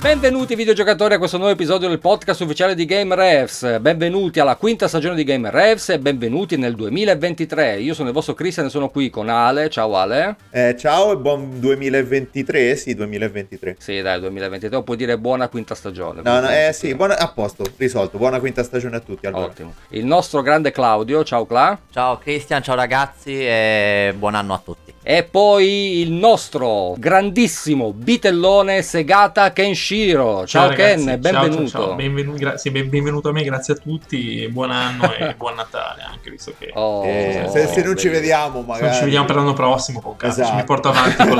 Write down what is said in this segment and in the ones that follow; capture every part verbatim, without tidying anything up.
Benvenuti videogiocatori a questo nuovo episodio del podcast ufficiale di Game Revs. Benvenuti alla quinta stagione di Game Revs e benvenuti nel duemilaventitré. Io sono il vostro Christian e sono qui con Ale. Ciao Ale. Eh, ciao e buon duemilaventitré. Sì, duemilaventitré. Sì, dai, duemilaventitré. O puoi dire buona quinta stagione. No, no, eh sì, buona, a posto, risolto. Buona quinta stagione a tutti. Allora. Ottimo. Il nostro grande Claudio. Ciao Cla. Ciao Christian, ciao ragazzi e buon anno a tutti. E poi il nostro grandissimo bitellone Segata Kenshiro. Ciao, ciao Ken, ragazzi, benvenuto. Ciao, ciao, ciao. Benvenu- gra- sì, ben- benvenuto a me, grazie a tutti, buon anno e buon Natale anche, visto che... Oh, eh, se, se non ci vediamo magari... Se non ci vediamo per l'anno prossimo, con cazzo, esatto. mi porto avanti con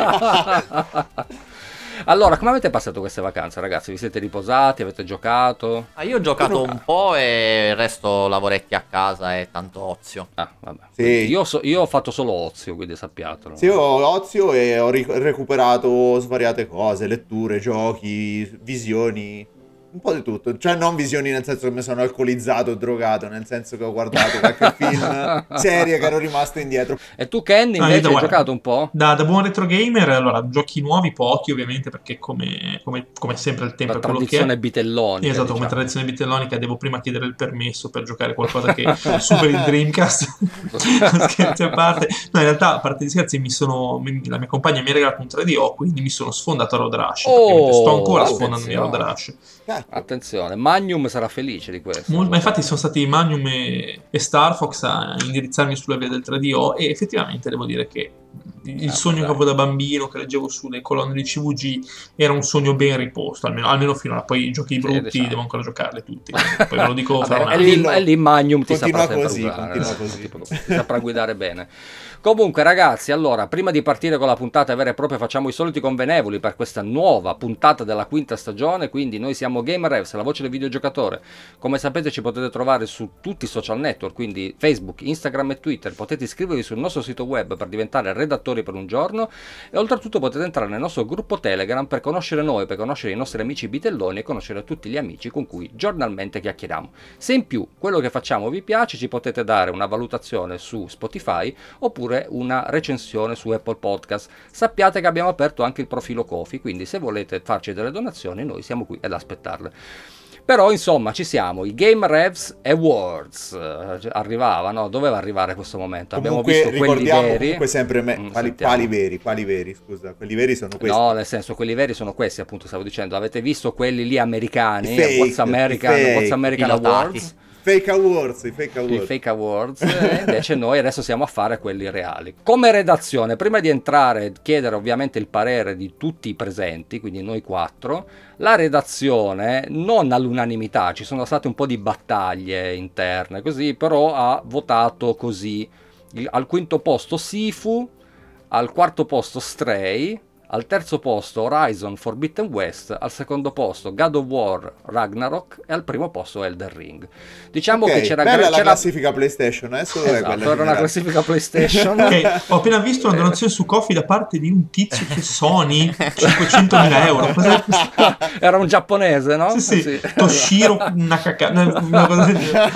la... Allora, come avete passato queste vacanze, ragazzi? Vi siete riposati? Avete giocato? Ah, io ho giocato un po' e il resto lavoretti a casa e tanto ozio. Ah, vabbè. Sì. Io, so, io ho fatto solo ozio, quindi sappiatelo. Sì, io ho ozio e ho ric- recuperato svariate cose, letture, giochi, visioni, un po' di tutto. Cioè non visioni nel senso che mi sono alcolizzato o drogato, nel senso che ho guardato qualche film, serie che ero rimasto indietro. E tu Ken invece Ah, hai guarda, giocato un po'? Da, da buon retro gamer, allora, giochi nuovi, pochi ovviamente, perché come, come, come sempre il tempo La è quello che è. tradizione bitelloni. Esatto, diciamo. come tradizione bitellonica devo prima chiedere il permesso per giocare qualcosa che superi il Dreamcast. Scherzi a parte. No, in realtà, a parte gli scherzi, mi sono, mi, la mia compagna mi ha regalato un tre D O, quindi mi sono sfondato a Road Rush. Oh, sto ancora attenzione. sfondandomi a Road Rush. Attenzione, Magnum sarà felice di questo. Mol- ma infatti sono stati Magnum e, e Star Fox a indirizzarmi sulla via del tre D O e effettivamente devo dire che il Ah, sogno dai. che avevo da bambino, che leggevo sulle colonne di C V G, era un sogno ben riposto, almeno, almeno finora. Poi i giochi brutti diciamo. devo ancora giocarli tutti, poi ve lo dico fra un Vabbè, e, anno. lì, e lì Magnum ti Continua saprà sempre così, usare, continua eh, così. tipo, ti saprà guidare bene. Comunque ragazzi, allora, prima di partire con la puntata vera e propria facciamo i soliti convenevoli per questa nuova puntata della quinta stagione, quindi noi siamo Game Revs, la voce del videogiocatore. Come sapete ci potete trovare su tutti i social network, quindi Facebook, Instagram e Twitter, potete iscrivervi sul nostro sito web per diventare redattori per un giorno e oltretutto potete entrare nel nostro gruppo Telegram per conoscere noi, per conoscere i nostri amici bitelloni e conoscere tutti gli amici con cui giornalmente chiacchieriamo. Se in più quello che facciamo vi piace ci potete dare una valutazione su Spotify oppure una recensione su Apple Podcast. Sappiate che abbiamo aperto anche il profilo Ko-fi, quindi se volete farci delle donazioni noi siamo qui ad aspettarle. Però insomma ci siamo, i Game Revs Awards eh, arrivava, no? Doveva arrivare questo momento. Comunque, abbiamo visto quelli ricordiamo veri. comunque sempre me- Mm, quali, sentiamo. quali veri, quali veri, scusa, quelli veri sono questi. No, nel senso, quelli veri sono questi, appunto, stavo dicendo. Avete visto quelli lì americani, I fake, What's American, i fake, What's American pilotati. Awards, Fake Awards, i Fake i Awards. fake awards, e invece noi adesso siamo a fare quelli reali. Come redazione, prima di entrare, chiedere ovviamente il parere di tutti i presenti, quindi noi quattro, la redazione, non all'unanimità, ci sono state un po' di battaglie interne, così, però ha votato così. Il- al quinto posto Sifu, al quarto posto Stray, al terzo posto Horizon Forbidden West, al secondo posto God of War Ragnarok e al primo posto Elden Ring. Diciamo Ok, che c'era bella gra- la c'era- classifica PlayStation, adesso dov'è Esatto, quella era una generale? classifica PlayStation. Ok, ho appena visto una donazione su Ko-fi da parte di un tizio che Sony cinquecentomila euro. Cos'è questo? Era un giapponese, no? Sì, sì, Toshiro Nakaka, una cosa del genere.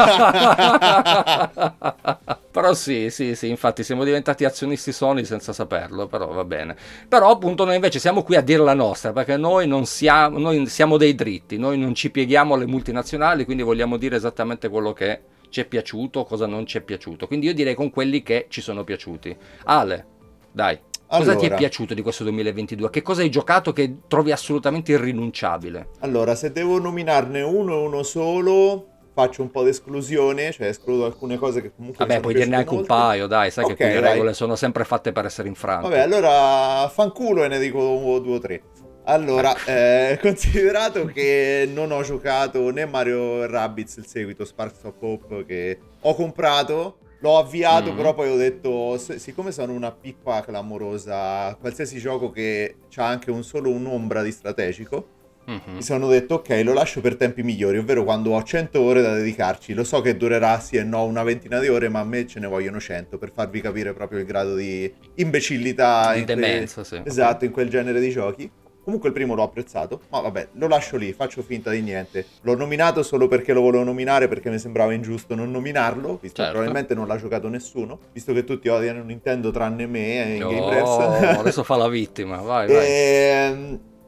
Però sì, sì, sì, infatti siamo diventati azionisti Sony senza saperlo, però va bene. Però appunto noi invece siamo qui a dire la nostra, perché noi non siamo, noi siamo dei dritti, noi non ci pieghiamo alle multinazionali, quindi vogliamo dire esattamente quello che ci è piaciuto, cosa non ci è piaciuto. Quindi io direi con quelli che ci sono piaciuti. Ale, dai, cosa ti è Allora. piaciuto di questo duemilaventidue? Che cosa hai giocato che trovi assolutamente irrinunciabile? Allora, se devo nominarne uno e uno solo, faccio un po' d'esclusione, cioè escludo alcune cose che comunque mi Vabbè, sono puoi dirne piaciute anche un molto. paio, dai, sai Ok, che qui le dai. regole sono sempre fatte per essere infrante. Vabbè, allora fanculo e ne dico due o tre. Allora, eh, considerato che non ho giocato né Mario Rabbids il seguito, Sparks of Hope, che ho comprato, l'ho avviato, Mm. però poi ho detto, s- siccome sono una pippa clamorosa, qualsiasi gioco che ha anche un solo un'ombra di strategico, Mhm. mi sono detto ok, lo lascio per tempi migliori, ovvero quando ho cento ore da dedicarci. Lo so che durerà sì e no una ventina di ore, ma a me ce ne vogliono cento per farvi capire proprio il grado di imbecillità Di in quel- demenza, sì. esatto, in quel genere di giochi. Comunque il primo l'ho apprezzato, ma vabbè, lo lascio lì, faccio finta di niente. L'ho nominato solo perché lo volevo nominare, perché mi sembrava ingiusto non nominarlo, visto Certo. che probabilmente non l'ha giocato nessuno, visto che tutti odiano Nintendo tranne me eh, in Game Oh, Press. adesso fa la vittima, vai, vai. Ehm,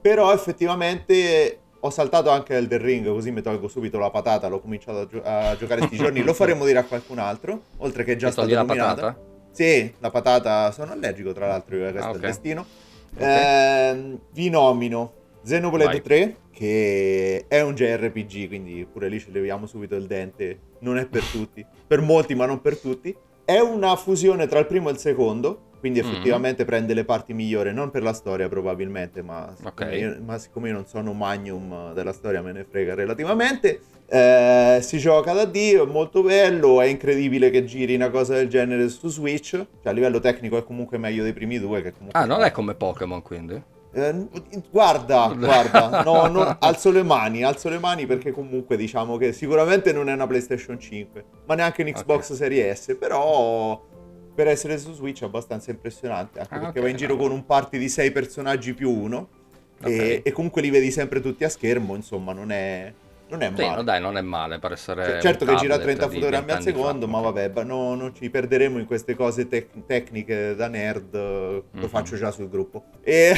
Però effettivamente ho saltato anche Elden Ring, così mi tolgo subito la patata, l'ho cominciato a, gio- a giocare sti giorni, lo faremo dire a qualcun altro, oltre che è già Ti stato togli la nominato. patata? Sì, la patata, sono allergico tra l'altro, io, questo Ah, è il ok. destino. Ok. Ehm, vi nomino Xenoblade Vai. tre, che è un J R P G, quindi pure lì ci leviamo subito il dente, non è per tutti, per molti ma non per tutti. È una fusione tra il primo e il secondo, quindi Mhm. effettivamente prende le parti migliori, non per la storia probabilmente, ma siccome, Ok. io, ma siccome io non sono magnum della storia, me ne frega relativamente. Eh, si gioca da Dio, è molto bello, è incredibile che giri una cosa del genere su Switch, cioè a livello tecnico è comunque meglio dei primi due, che comunque Ah, non sono- è come Pokémon, quindi? eh, guarda, guarda, no, no, alzo le mani, alzo le mani perché comunque diciamo che sicuramente non è una PlayStation cinque, ma neanche un Xbox Ok. Series S, però per essere su Switch è abbastanza impressionante, anche Ah, perché ok, vai in giro no. con un party di sei personaggi più uno e, Ok. e comunque li vedi sempre tutti a schermo, insomma non è, non è Sì, male. no, dai, non è male per essere Cioè, un certo che gira a tablet trenta di fotogrammi al venti anni fa. secondo, ma Ok. vabbè, ba- no- non ci perderemo in queste cose tec- tecniche da nerd, eh, lo Mhm. faccio già sul gruppo. E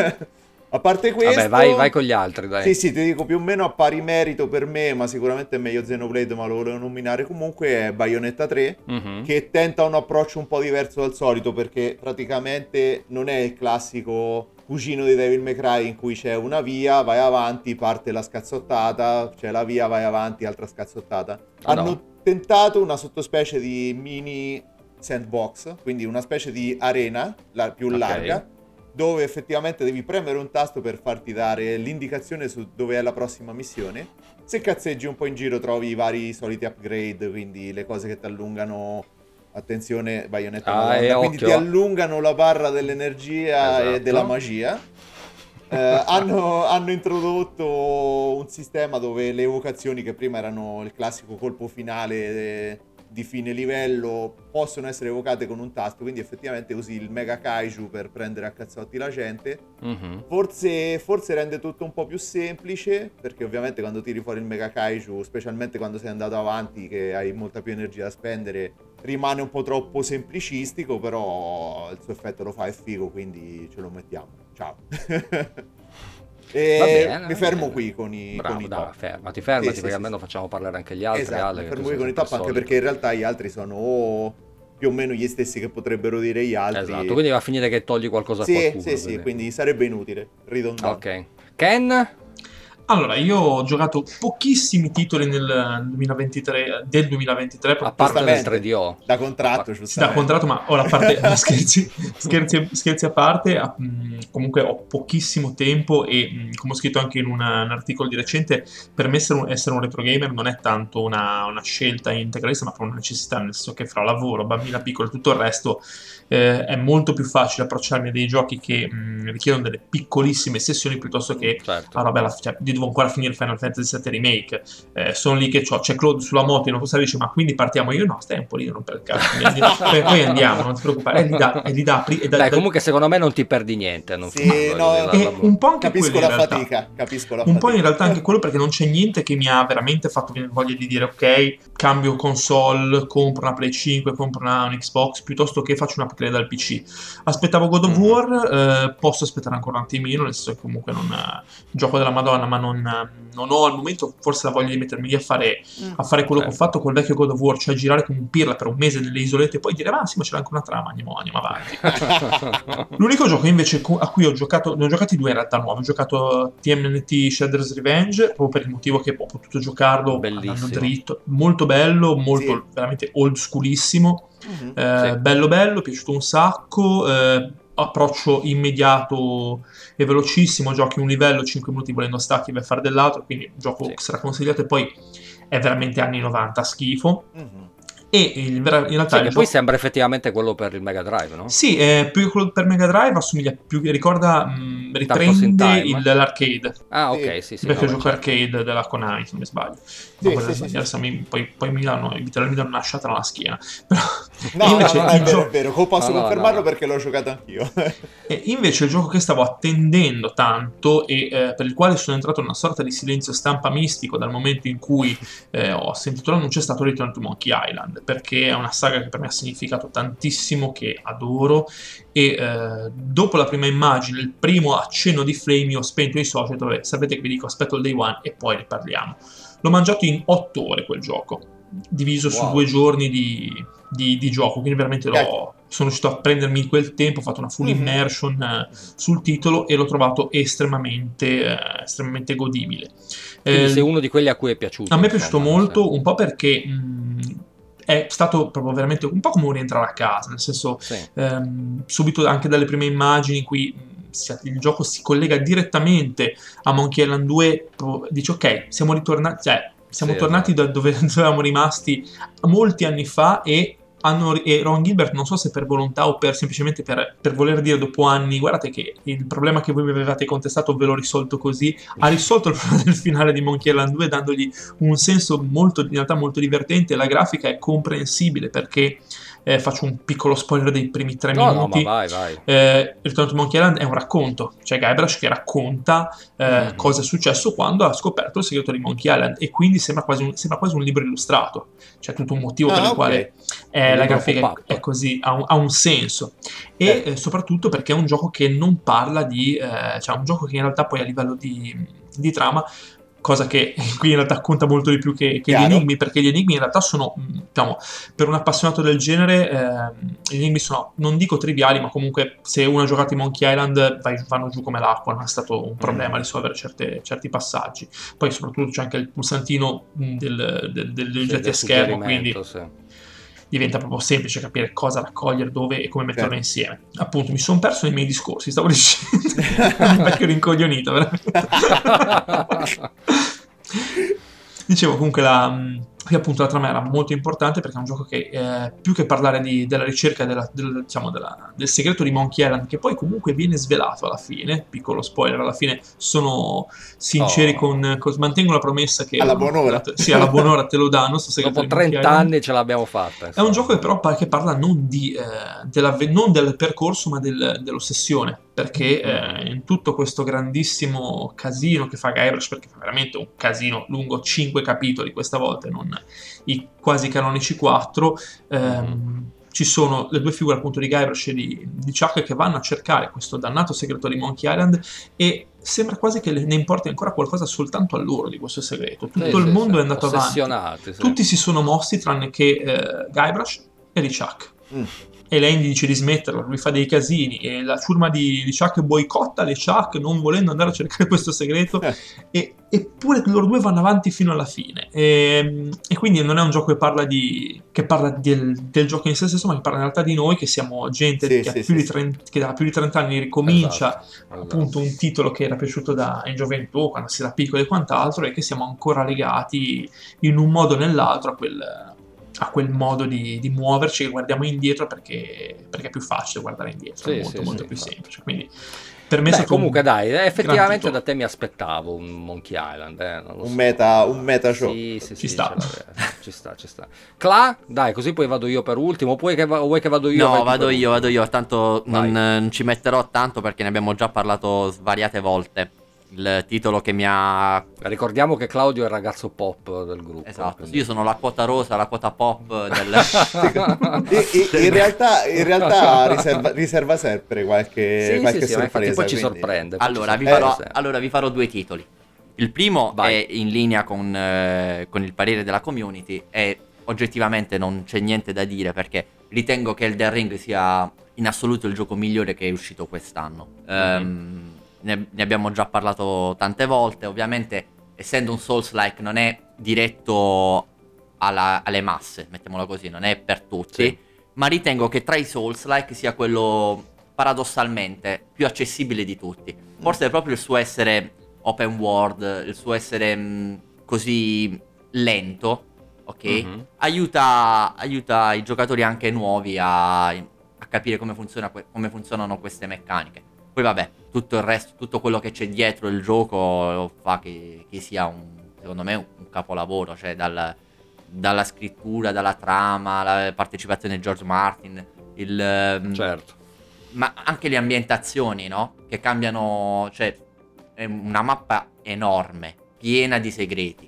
a parte questo... Vabbè, vai, vai con gli altri, dai. Sì, sì, ti dico più o meno a pari merito per me, ma sicuramente è meglio Xenoblade, ma lo volevo nominare comunque, è Bayonetta tre, Mhm. che tenta un approccio un po' diverso dal solito, perché praticamente non è il classico cugino di Devil May Cry in cui c'è una via, vai avanti, parte la scazzottata, c'è la via, vai avanti, altra scazzottata. Ah, Hanno no? tentato una sottospecie di mini sandbox, quindi una specie di arena la- più Ok. larga, dove effettivamente devi premere un tasto per farti dare l'indicazione su dove è la prossima missione. Se cazzeggi un po' in giro trovi i vari soliti upgrade, quindi le cose che ti allungano, attenzione, Bayonetta è una Ah, e donna, quindi occhio. ti allungano la barra dell'energia e Esatto. della magia. Eh, hanno, hanno introdotto un sistema dove le evocazioni, che prima erano il classico colpo finale eh, di fine livello, possono essere evocate con un tasto, quindi effettivamente usi il Mega Kaiju per prendere a cazzotti la gente. Mhm. Forse, forse rende tutto un po' più semplice, perché ovviamente quando tiri fuori il Mega Kaiju, specialmente quando sei andato avanti, che hai molta più energia da spendere, rimane un po' troppo semplicistico, però il suo effetto lo fa, è figo, quindi ce lo mettiamo. Ciao. E Va bene, mi va fermo bene. qui con i, Bravo, con i dai, top. fermati, fermati, Sì, sì, perché sì, almeno sì. facciamo parlare anche gli altri. Esatto, Ale, mi che fermo tu qui sei con i sempre top, anche solito. perché in realtà gli altri sono o più o meno gli stessi che potrebbero dire gli altri. Esatto, quindi va a finire che togli qualcosa a Sì, qualcuno. sì, sì, quindi. quindi sarebbe inutile, ridondante. Ok. Ken? Allora, io ho giocato pochissimi titoli nel duemilaventitré, del duemilaventitré, A proprio parte del Giustamente, tre D O. da A contratto, par- si dà giustamente. contratto, ma ora a parte no, scherzi, scherzi, scherzi a parte, ah, mh, comunque ho pochissimo tempo e mh, come ho scritto anche in una- un articolo di recente, per me essere un, essere un retro gamer non è tanto una, una scelta integralista, ma proprio una necessità, nel senso che fra lavoro, bambina piccola e tutto il resto eh, è molto più facile approcciarmi a dei giochi che mh, richiedono delle piccolissime sessioni piuttosto che Certo. ah vabbè, la- cioè, io devo ancora finire Final Fantasy sette Remake, eh, sono lì che c'ho, c'è Claude sulla moto e non posso dice ma quindi partiamo, io no, stai un po' lì, non per il cazzo, quindi andi- poi, poi andiamo, non ti preoccupare, e lì da, e lì da apri, e da, Dai, da- comunque secondo me non ti perdi niente a non Sì, finirlo. no, così, la- e la- un po' anche capisco quello in la realtà. fatica, capisco la Un po' in fatica. realtà anche quello perché non c'è niente che mi ha veramente fatto venire voglia di dire ok, cambio console, compro una Play cinque, compro una, un Xbox, piuttosto che faccio una upgrade dal P C. Aspettavo God of Mhm. War, eh, posso aspettare ancora un attimino, nel senso che comunque non gioco della Madonna, ma non, non ho al momento forse la voglia di mettermi lì a fare, a fare quello che ho Certo. fatto col vecchio God of War, cioè girare come un pirla per un mese nelle isolette e poi dire ah sì ma c'è anche una trama, andiamo, andiamo avanti. L'unico gioco invece cu- a cui ho giocato, ne ho giocati due in realtà nuovi, ho giocato T M N T Shredder's Revenge, proprio per il motivo che ho potuto giocarlo andando Bellissimo. dritto, molto bello, molto Sì. veramente old schoolissimo, Mhm. eh, Sì. bello bello, piaciuto un sacco, eh, approccio immediato e velocissimo, giochi un livello, cinque minuti volendo stacchi per fare dell'altro, quindi un gioco Sì. che sarà consigliato e poi è veramente anni novanta, schifo. Mhm. E il, vera- in realtà Sì, il che gioco... poi sembra effettivamente quello per il Mega Drive, no? Sì, eh, più che quello per Mega Drive assomiglia più, ricorda, mh, Turtles in riprende Time. il- l'arcade, Ah, Sì. ok, sì, sì. il vecchio no, gioco certo. arcade della Konami, se non mi sbaglio. Sì, Non vorrei sì, sì, sbagliare, sì. se mi- poi, poi mi danno, mi danno una sciata nella schiena. Però, No, invece no, non è il vero, gio- è vero, co- posso No, no, confermarlo no, no. perché l'ho giocato anch'io. E invece il gioco che stavo attendendo tanto e eh, per il quale sono entrato in una sorta di silenzio stampa mistico dal momento in cui eh, ho sentito l'annuncio è stato Return to Monkey Island. Island, perché è una saga che per me ha significato tantissimo, che adoro, e eh, dopo la prima immagine, il primo accenno di flame, io ho spento i social, dove sapete che vi dico aspetto il day one e poi ne parliamo. L'ho mangiato in otto ore quel gioco, diviso su Wow. due giorni di, di, di gioco, quindi veramente l'ho, sono riuscito a prendermi quel tempo, ho fatto una full Mhm. immersion eh, sul titolo e l'ho trovato estremamente, eh, estremamente godibile. Quindi Eh, sei uno di quelli a cui è piaciuto. a me è piaciuto insomma, molto, un po' perché mh, è stato proprio veramente un po' come un rientrare a casa, nel senso sì. ehm, subito anche dalle prime immagini in cui mh, si- il gioco si collega direttamente a Monkey Island due, proprio dici ok, siamo ritornati, cioè, siamo Sì, tornati esatto. da dove dove eravamo rimasti molti anni fa, e, hanno, e Ron Gilbert, non so se per volontà o per semplicemente per, per voler dire dopo anni, guardate che il problema che voi mi avevate contestato ve l'ho risolto così, ha risolto il problema del finale di Monkey Island due dandogli un senso molto, in realtà molto divertente. La grafica è comprensibile perché, eh, faccio un piccolo spoiler dei primi tre No, no, ma minuti, vai, vai. eh, Return to Monkey Island è un racconto, c'è Guybrush che racconta eh, Mhm. cosa è successo quando ha scoperto il segreto di Monkey Island, e quindi sembra quasi un, sembra quasi un libro illustrato, c'è tutto un motivo per Ah, il ok. quale eh, Un la libro grafica è, pop-up. è così, ha un, ha un senso, e Certo. eh, soprattutto perché è un gioco che non parla di, eh, cioè un gioco che in realtà poi a livello di, di trama, cosa che qui in realtà conta molto di più che, che gli Chiaro. enigmi, perché gli enigmi in realtà sono, mh, diciamo, per un appassionato del genere, ehm, gli enigmi sono, non dico triviali, ma comunque se uno ha giocato in Monkey Island vai- vanno giù come l'acqua, non è stato un problema Mhm. risolvere certe- certi passaggi. Poi soprattutto c'è anche il pulsantino mh, del, del, del, degli Sì, oggetti del a schermo, quindi suggerimento, sì. diventa proprio semplice capire cosa raccogliere, dove e come metterlo Certo. insieme. Appunto, mi sono perso nei miei discorsi, stavo dicendo un vecchio rincoglionito, veramente. Dicevo comunque la, mh, qui appunto la trama era molto importante perché è un gioco che eh, più che parlare di- della ricerca della- del, diciamo, della- del segreto di Monkey Island, che poi comunque viene svelato alla fine, piccolo spoiler, alla fine sono sinceri Oh. con, con- mantengono la promessa che Alla una volta buon'ora. te la- sì, alla buon'ora te lo danno sto segreto Dopo di Monkey trenta Island. anni ce l'abbiamo fatta. È un insomma. gioco che però pa- che parla non, di, eh, della- non del percorso, ma del- dell'ossessione, perché eh, in tutto questo grandissimo casino che fa Guybrush, perché fa veramente un casino lungo cinque capitoli questa volta, e non i quasi canonici quattro, ehm, ci sono le due figure appunto di Guybrush e di, di Chuck che vanno a cercare questo dannato segreto di Monkey Island, e sembra quasi che ne importi ancora qualcosa soltanto a loro di questo segreto. Tutto Sì, il sì, mondo sì. è andato avanti. Ossessionati, sì. Tutti si sono mossi tranne che eh, Guybrush e LeChuck. Mm. E Landy dice di smetterla, lui fa dei casini e la ciurma di LeChuck boicotta LeChuck non volendo andare a cercare questo segreto, e, eppure loro due vanno avanti fino alla fine. E, e quindi non è un gioco che parla, di, che parla del, del gioco in sé stesso, ma che parla in realtà di noi, che siamo gente Sì, che, sì, ha più sì, di sì. trenta, che da più di trenta anni ricomincia Esatto, appunto un titolo che era piaciuto da, in gioventù, quando si era piccoli e quant'altro, e che siamo ancora legati in un modo o nell'altro a quel, a quel modo di, di muoverci, che guardiamo indietro perché, perché è più facile guardare indietro, Sì, è molto sì, molto sì, più infatti. semplice. Quindi per me è Beh, stato comunque un dai, eh, gran effettivamente titolo. da te mi aspettavo un Monkey Island, eh, non lo Un so. meta, un meta show. Sì, sì, Ci sì, sta. ce l'aveva. Ci sta, ci sta. Cla, dai, così poi vado io per ultimo, o puoi che va- o vuoi che vado io? vai No, tu vado per io, ultimo? vado io, tanto non, Vai. non ci metterò tanto perché ne abbiamo già parlato svariate volte. Il titolo che mi ha... Ricordiamo che Claudio è il ragazzo pop del gruppo. Esatto, quindi- io sono la quota rosa, la quota pop del... E- e- in realtà, in realtà riserva, riserva sempre qualche, Sì, qualche sì, sì, ma infatti sorpresa. poi ci quindi- sorprende. poi ci Allora vi, sorprende farò, sempre. allora, vi farò due titoli. Il primo Vai. è in linea con, eh, con il parere della community e oggettivamente non c'è niente da dire perché ritengo che Elden Ring sia in assoluto il gioco migliore che è uscito quest'anno. Ehm, ne, ne abbiamo già parlato tante volte, ovviamente essendo un Souls-like non è diretto alla- alle masse, mettiamola così, non è per tutti, Sì. ma ritengo che tra i Souls-like sia quello paradossalmente più accessibile di tutti. Forse è proprio il suo essere open world, il suo essere mh, così lento, ok? Mhm. Aiuta, aiuta i giocatori anche nuovi a, a capire come, funziona, que- come funzionano queste meccaniche. Poi vabbè, tutto il resto, tutto quello che c'è dietro il gioco fa che, che sia un, secondo me, un capolavoro, cioè dal, dalla scrittura, dalla trama, la partecipazione di George Martin, il, ehm, Certo. ma anche le ambientazioni, no? Che cambiano, cioè è una mappa enorme, piena di segreti.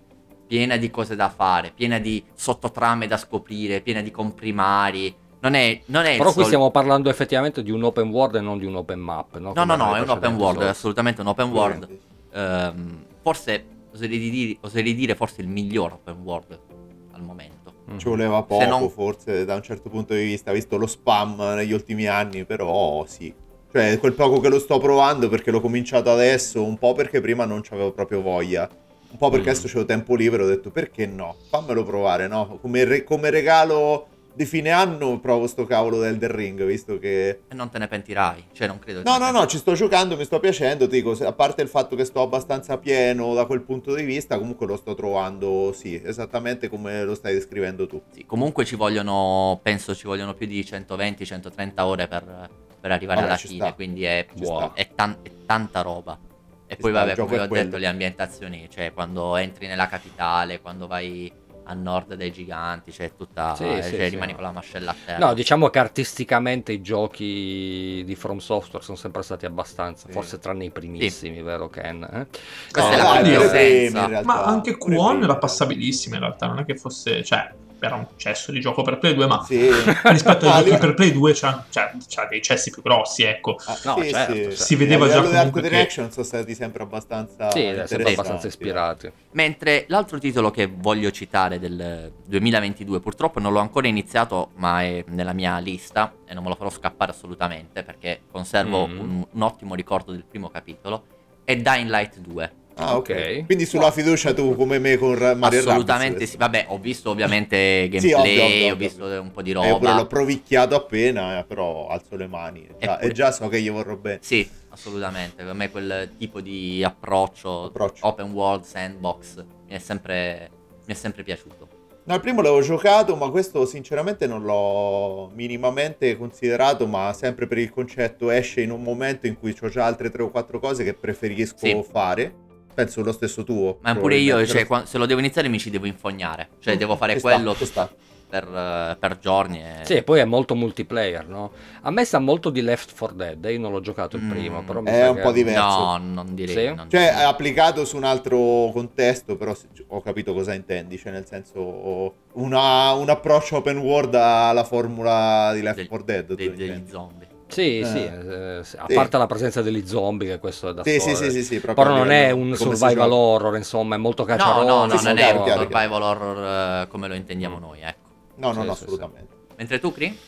piena di cose da fare, piena di sottotrame da scoprire, piena di comprimari. Non è, non è il Però qui sol- stiamo parlando effettivamente di un open world e non di un open map, no? No, Come no, no, nei è un open precedenti world, è Souls. assolutamente un open world. Sì. Ehm, forse oserei di dire, oserei dire forse il miglior open world al momento. Mhm. Ci voleva poco, Se non- forse, da un certo punto di vista, visto lo spam negli ultimi anni, però sì. Cioè, quel poco che lo sto provando, perché l'ho cominciato adesso, un po' perché prima non c'avevo proprio voglia, un po' perché Mm. adesso c'avevo tempo libero, ho detto perché no, fammelo provare, no? Come, re- come regalo di fine anno provo sto cavolo del Elden Ring, visto che... E non te ne pentirai, cioè non credo. che No, te ne no, no, ci sto giocando, mi sto piacendo, ti dico, se- a parte il fatto che sto abbastanza pieno da quel punto di vista, comunque lo sto trovando, sì, esattamente come lo stai descrivendo tu. Sì, comunque ci vogliono, penso ci vogliono più di centoventi centotrenta ore per, per arrivare Vabbè, alla ci fine, sta. quindi è, Ci Wow. sta. è, tan- è tanta roba. E Ci poi sta, il vabbè, gioco come è ho detto, quello. le ambientazioni, cioè quando entri nella capitale, quando vai a nord dei giganti, cioè tutta, Sì, eh, sì, cioè sì. rimani con la mascella a terra. No, diciamo che artisticamente i giochi di From Software sono sempre stati abbastanza, Sì. forse tranne i primissimi, vero Ken? Eh? Questa No, è la dai, quinta pure primi, essenza. in realtà. Ma anche Pure Kwon primi, era in realtà. passabilissima in realtà, non è che fosse, cioè, era un cesso di gioco per Play due, ma Sì. rispetto ai Ah, giochi li- per Play due c'ha, c'ha- c'ha dei cessi più grossi, ecco. Ah, No, sì, certo, sì. certo. Si vedeva a già livello di art comunque che- direction sono stati sempre abbastanza Sì, è interessanti. sempre abbastanza eh. ispirati. Mentre l'altro titolo che voglio citare del duemilaventidue, purtroppo non l'ho ancora iniziato, ma è nella mia lista e non me lo farò scappare assolutamente perché conservo Mm. un, un ottimo ricordo del primo capitolo, è Dying Light due. Ah, ok. Ok. Quindi sulla fiducia tu come me con Ra- Mario Assolutamente Rabbids, sì, vabbè, ho visto ovviamente gameplay, Sì, ovvio, ovvio, ho ovvio, visto ovvio. un po' di Eh, io pure roba. l'ho provicchiato appena, eh, però alzo le mani. E già, Eppure- e già so che gli vorrò bene. Sì, assolutamente, per me quel tipo di approccio, Approccio. open world, sandbox, mi è sempre, mi è sempre piaciuto. No, il primo l'avevo giocato, ma questo sinceramente non l'ho minimamente considerato, ma sempre per il concetto esce in un momento in cui ho già altre tre o quattro cose che preferisco Sì. fare. Penso lo stesso tuo. Ma pure io, probabilmente. cioè, qua- se lo devo iniziare mi ci devo infognare, cioè devo fare Ci sta, quello ci sta. per, eh, per giorni. E... Sì, e poi è molto multiplayer, no? A me sa molto di Left four Dead, eh, io non l'ho giocato il Mm, primo, però mi è sa un che- po' diverso. No, non direi. Sì? non Cioè, direi. è applicato su un altro contesto, però se- ho capito cosa intendi. Cioè, nel senso, una- un approccio open world alla formula di Left Del- four Dead. tu dei- degli intendi. zombie. Sì, Eh. sì, eh, sì, a Sì. parte la presenza degli zombie, che questo è da Sì, sì, solo, sì, sì, sì, proprio però a non è livello un di come si survival gioca. horror, insomma, è molto No, cacciarone. no, no, sì, non sì, è chiaro, un chiaro, survival horror eh, come lo intendiamo Mm. noi, ecco. No, no, Sì, no, sì, assolutamente. Mentre tu, Cri?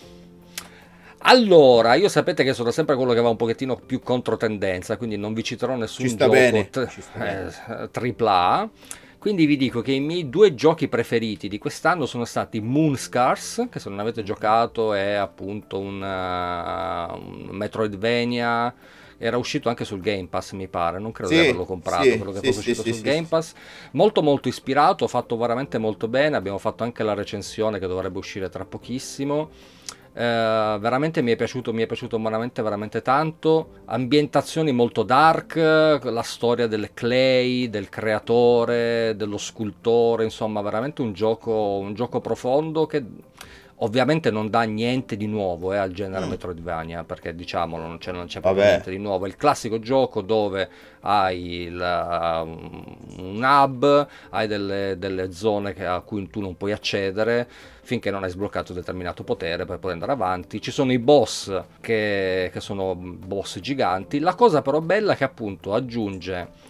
Allora, io sapete che sono sempre quello che va un pochettino più controtendenza, quindi non vi citerò nessun Ci sta gioco bene, t- ci sta bene. eh, tripla A. Quindi vi dico che i miei due giochi preferiti di quest'anno sono stati Moonscars, che se non avete giocato è appunto un, uh, un Metroidvania, era uscito anche sul Game Pass mi pare, non credo Sì, di averlo comprato, sì, quello che sì, è proprio sì, uscito sì, sul sì, Game sì. Pass, molto molto ispirato, fatto veramente molto bene, abbiamo fatto anche la recensione che dovrebbe uscire tra pochissimo. Eh, veramente mi è piaciuto, mi è piaciuto veramente veramente tanto. Ambientazioni molto dark, la storia del clay, del creatore, dello scultore, insomma, veramente un gioco, un gioco profondo che ovviamente non dà niente di nuovo eh, al genere Mm. Metroidvania, perché diciamolo, non c'è, non c'è Vabbè. proprio niente di nuovo. È il classico gioco dove hai il, uh, un hub, hai delle, delle zone che- a cui tu non puoi accedere finché non hai sbloccato determinato potere per poter andare avanti. Ci sono i boss che, che sono boss giganti. La cosa però bella è che appunto aggiunge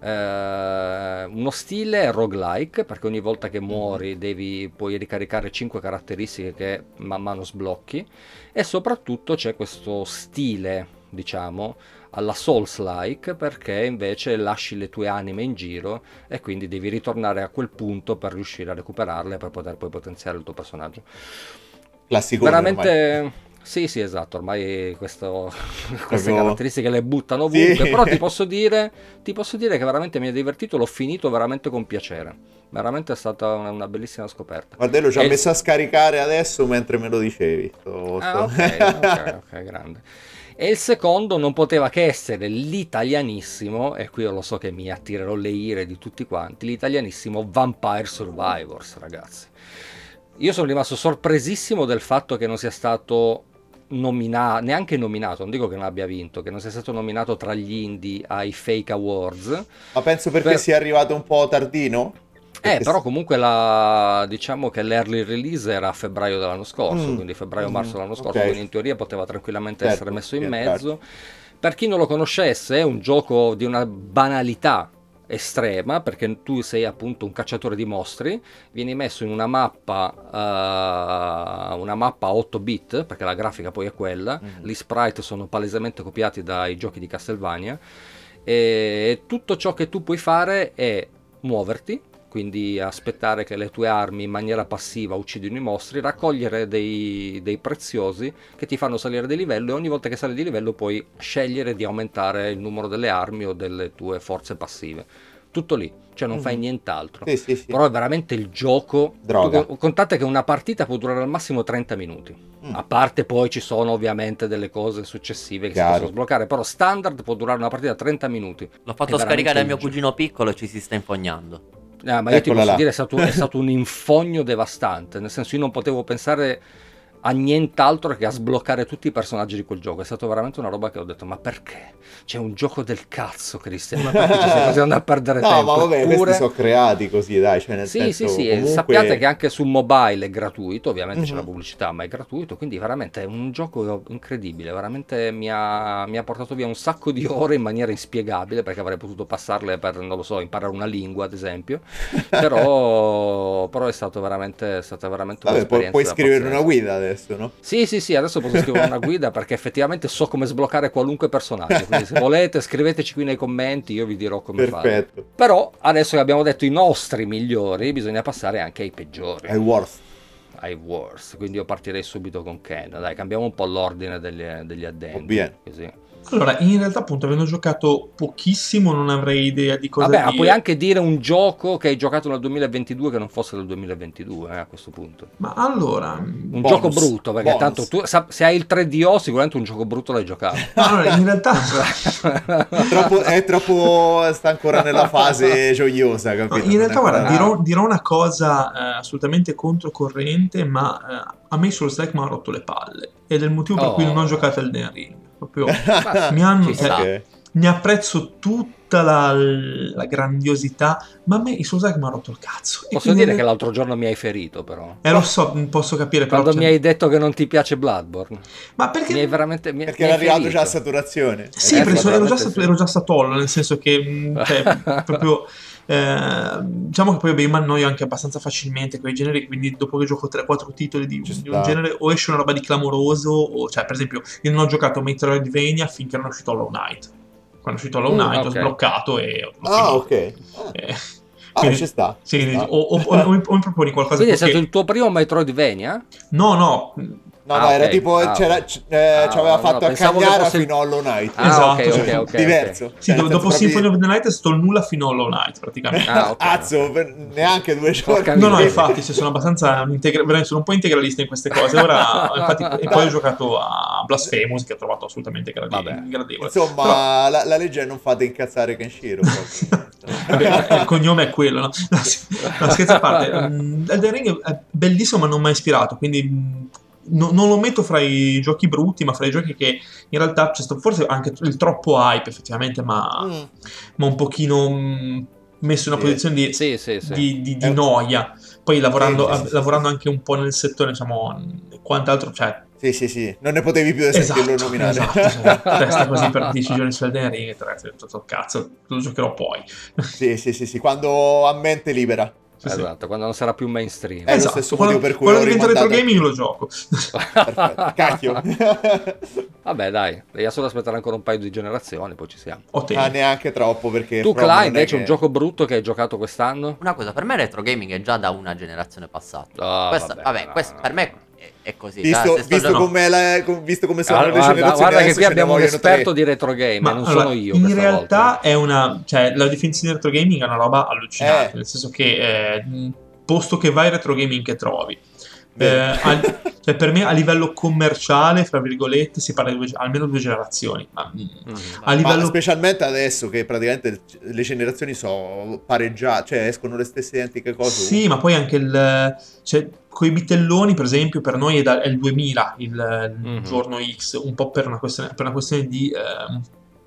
eh, uno stile roguelike, perché ogni volta che muori devi, puoi ricaricare cinque caratteristiche che man mano sblocchi, e soprattutto c'è questo stile, diciamo, alla Souls-like, perché invece lasci le tue anime in giro e quindi devi ritornare a quel punto per riuscire a recuperarle per poter poi potenziare il tuo personaggio. Classico. Veramente sì, sì, esatto, ormai questo, queste Proprio- caratteristiche le buttano ovunque, Sì. però ti posso dire ti posso dire che veramente mi ha divertito, l'ho finito veramente con piacere. Veramente è stata una, una bellissima scoperta. Guarda, io l'ho già E il- messo a scaricare adesso mentre me lo dicevi. Sto- Ah, sto- ok, ok, ok, grande. E il secondo non poteva che essere l'italianissimo, e qui io lo so che mi attirerò le ire di tutti quanti, l'italianissimo Vampire Survivors, ragazzi. Io sono rimasto sorpresissimo del fatto che non sia stato nominato, neanche nominato, non dico che non abbia vinto, che non sia stato nominato tra gli indie ai Fake Awards. Ma penso perché Per- sia arrivato un po' tardino. Eh, Perché però s- comunque la, diciamo che l'early release era a febbraio dell'anno scorso, Mm, quindi febbraio-marzo mm, dell'anno scorso, ok. quindi in teoria poteva tranquillamente Certo, essere messo in rientrare. mezzo. Per chi non lo conoscesse, è un gioco di una banalità estrema, perché tu sei appunto un cacciatore di mostri, vieni messo in una mappa, eh, una mappa a otto bit, perché la grafica poi è quella, Mhm. gli sprite sono palesemente copiati dai giochi di Castlevania, e tutto ciò che tu puoi fare è muoverti, quindi aspettare che le tue armi in maniera passiva uccidino i mostri, raccogliere dei, dei preziosi che ti fanno salire di livello, e ogni volta che sali di livello puoi scegliere di aumentare il numero delle armi o delle tue forze passive. Tutto lì, cioè non fai Mhm. nient'altro. Sì, sì, sì. Però è veramente il gioco. Droga. Tu contate che una partita può durare al massimo trenta minuti. Mm. A parte poi ci sono ovviamente delle cose successive che Chiaro. si possono sbloccare, però standard può durare una partita trenta minuti. L'ho fatto È veramente scaricare al il mio gioco. cugino piccolo e ci si sta infognando. Ah, ma io ti Eccola posso là. dire, è stato, è stato un infogno devastante, nel senso io non potevo pensare a nient'altro che a sbloccare tutti i personaggi di quel gioco. È stato veramente una roba che ho detto, ma perché? C'è un gioco del cazzo, Cristian, ma perché ci stai così andando a perdere No, tempo? ma vabbè, Eppure- questi sono creati così, dai, cioè nel Sì, senso sì, sì, e comunque... sappiate che anche su mobile è gratuito, ovviamente c'è Mhm. la pubblicità, ma è gratuito, quindi veramente è un gioco incredibile, veramente mi ha, mi ha portato via un sacco di ore in maniera inspiegabile, perché avrei potuto passarle per, non lo so, imparare una lingua, ad esempio, però, però è stato veramente, è stata veramente Vabbè, pu- un'esperienza puoi scrivere una pazzesca. guida adesso, no? Sì, sì, sì, adesso posso scrivere una guida perché effettivamente so come sbloccare qualunque personaggio, quindi se volete scriveteci qui nei commenti, io vi dirò come fare. Perfetto. Però adesso che abbiamo detto i nostri migliori, bisogna passare anche ai peggiori, È worst. ai worst. Quindi io partirei subito con Ken. Dai, cambiamo un po' l'ordine degli, degli addendi. bien. Così. Allora, in realtà, appunto, avendo giocato pochissimo, non avrei idea di cosa Vabbè, ma dire. puoi anche dire un gioco che hai giocato nel duemilaventidue che non fosse del duemilaventidue, eh, a questo punto. Ma allora, Un Bonus, gioco brutto, perché bonus. tanto tu sa- se hai il tre D O sicuramente un gioco brutto l'hai giocato. ma allora, in realtà, Troppo- è troppo... sta ancora nella fase gioiosa, no, capito? in Non realtà, è guarda, ancora- dirò, dirò una cosa eh, assolutamente controcorrente, ma eh, a me Souls Like mi ha rotto le palle. Ed è il motivo per cui non ho Oh. giocato Elden Ring. Proprio Ma mi hanno, Ci sta. Ok. ne apprezzo tutta la, la grandiosità, ma a me i Souls Like mi ha rotto il cazzo. E Posso quindi- dire che l'altro giorno mi hai ferito, però. Eh, lo so, posso capire, però... Quando cioè- mi hai detto che non ti piace Bloodborne, Ma perché... mi hai veramente. Mi, Perché mi era hai arrivato ferito. già a saturazione. Sì, Eh, perché sono- ero, già probabilmente stato, sì. ero già stato Hollow, nel senso che mh, cioè, proprio eh, diciamo che poi vabbè, io mi annoio anche abbastanza facilmente quei generi, quindi dopo che gioco tre quattro titoli di, Ci di un sta. genere o esce una roba di clamoroso, o cioè per esempio io non ho giocato Metroidvania finché non è uscito Hollow Knight. Quando è uscito Hollow Mm, Knight ho ok. sbloccato e ho Ah, finito. ok. Eh, Ah, quindi- ci sta. sì, ci sta. o, o- o- o mi o mi proponi qualcosa Quindi è che... stato il tuo primo Metroidvania? No, no, No, Ah, no, era ok. tipo, Ah, c'era, ok. c- eh, Ah, ci aveva no, fatto a pensavo che Cagnara fosse il- fino a Hollow Knight. Ah, Esatto, ok, cioè, ok, ok. diverso. ok. sì, Cioè, do- nel dopo senso Symphony proprio- of the Night è stato il nulla fino a Hollow Knight praticamente. Ah, ok. Azzo, per- neanche due giorni. Porca No, no, miseria. infatti, se sono abbastanza un integra- veramente sono un po' integralista in queste cose. Ora, infatti, e poi ho giocato a Blasphemous, che ho trovato assolutamente gradi- Vabbè. gradevole. Insomma, Però- la, la legge è non fate incazzare Kenshiro. Vabbè, il cognome è quello, no? No, sì. No, scherzi a parte, mm, Elden Ring è bellissimo, ma non mi ha ispirato. Quindi mm, no- non lo metto fra i giochi brutti, ma fra i giochi che in realtà c'è stato forse anche il troppo hype, effettivamente, ma, Mm. ma un pochino mm, messo in una Sì. posizione di, Sì, sì, sì. di, di- di È un- noia. Poi lavorando, Sì, sì, sì, lavorando sì. anche un po' nel settore, diciamo, quant'altro, cioè, Sì, sì, sì, non ne potevi più esatto, sentirlo nominare. esatto, cioè, testa così per dieci giorni su Elden Ring, e tre, ho detto, cazzo, lo giocherò poi. Sì, sì, sì, sì, quando a mente libera. Sì, sì. Esatto, quando non sarà più mainstream. È lo Esatto, stesso quando, motivo per cui quando ho diventa retro rimandato- gaming lo gioco. Perfetto. Cacchio. Vabbè, dai, devi solo aspettare ancora un paio di generazioni, poi ci siamo. Ho tempo. Ah, neanche troppo perché Tu, proprio Cla, non è invece, che- un gioco brutto che hai giocato quest'anno? Una cosa, per me retro gaming è già da una generazione passata. Ah, Questa- vabbè, vabbè, no, questo no, per me no. è, è così. Visto, Cioè, se sto visto, giocando- com'è la- com- visto come sono Guarda, le generazioni guarda che adesso, qui ce ne abbiamo un vogliono esperto tre. di retro game, Ma non allora, sono io in questa realtà volta. è una, cioè, la definizione di retro gaming è una roba allucinante, Eh. nel senso che eh, mh, posto che vai retro gaming che trovi. Eh, Beh. al- cioè, per me a livello commerciale, fra virgolette, si parla di due, almeno due generazioni. Ma, mh, Mm. a Ma livello specialmente adesso che praticamente le generazioni sono pareggiate, cioè escono le stesse identiche cose. Sì, ma poi anche il... Cioè, coi bitelloni, per esempio, per noi è, da- è il duemila, il, il Mhm. giorno X, un po' per una questione, per una questione di... ehm,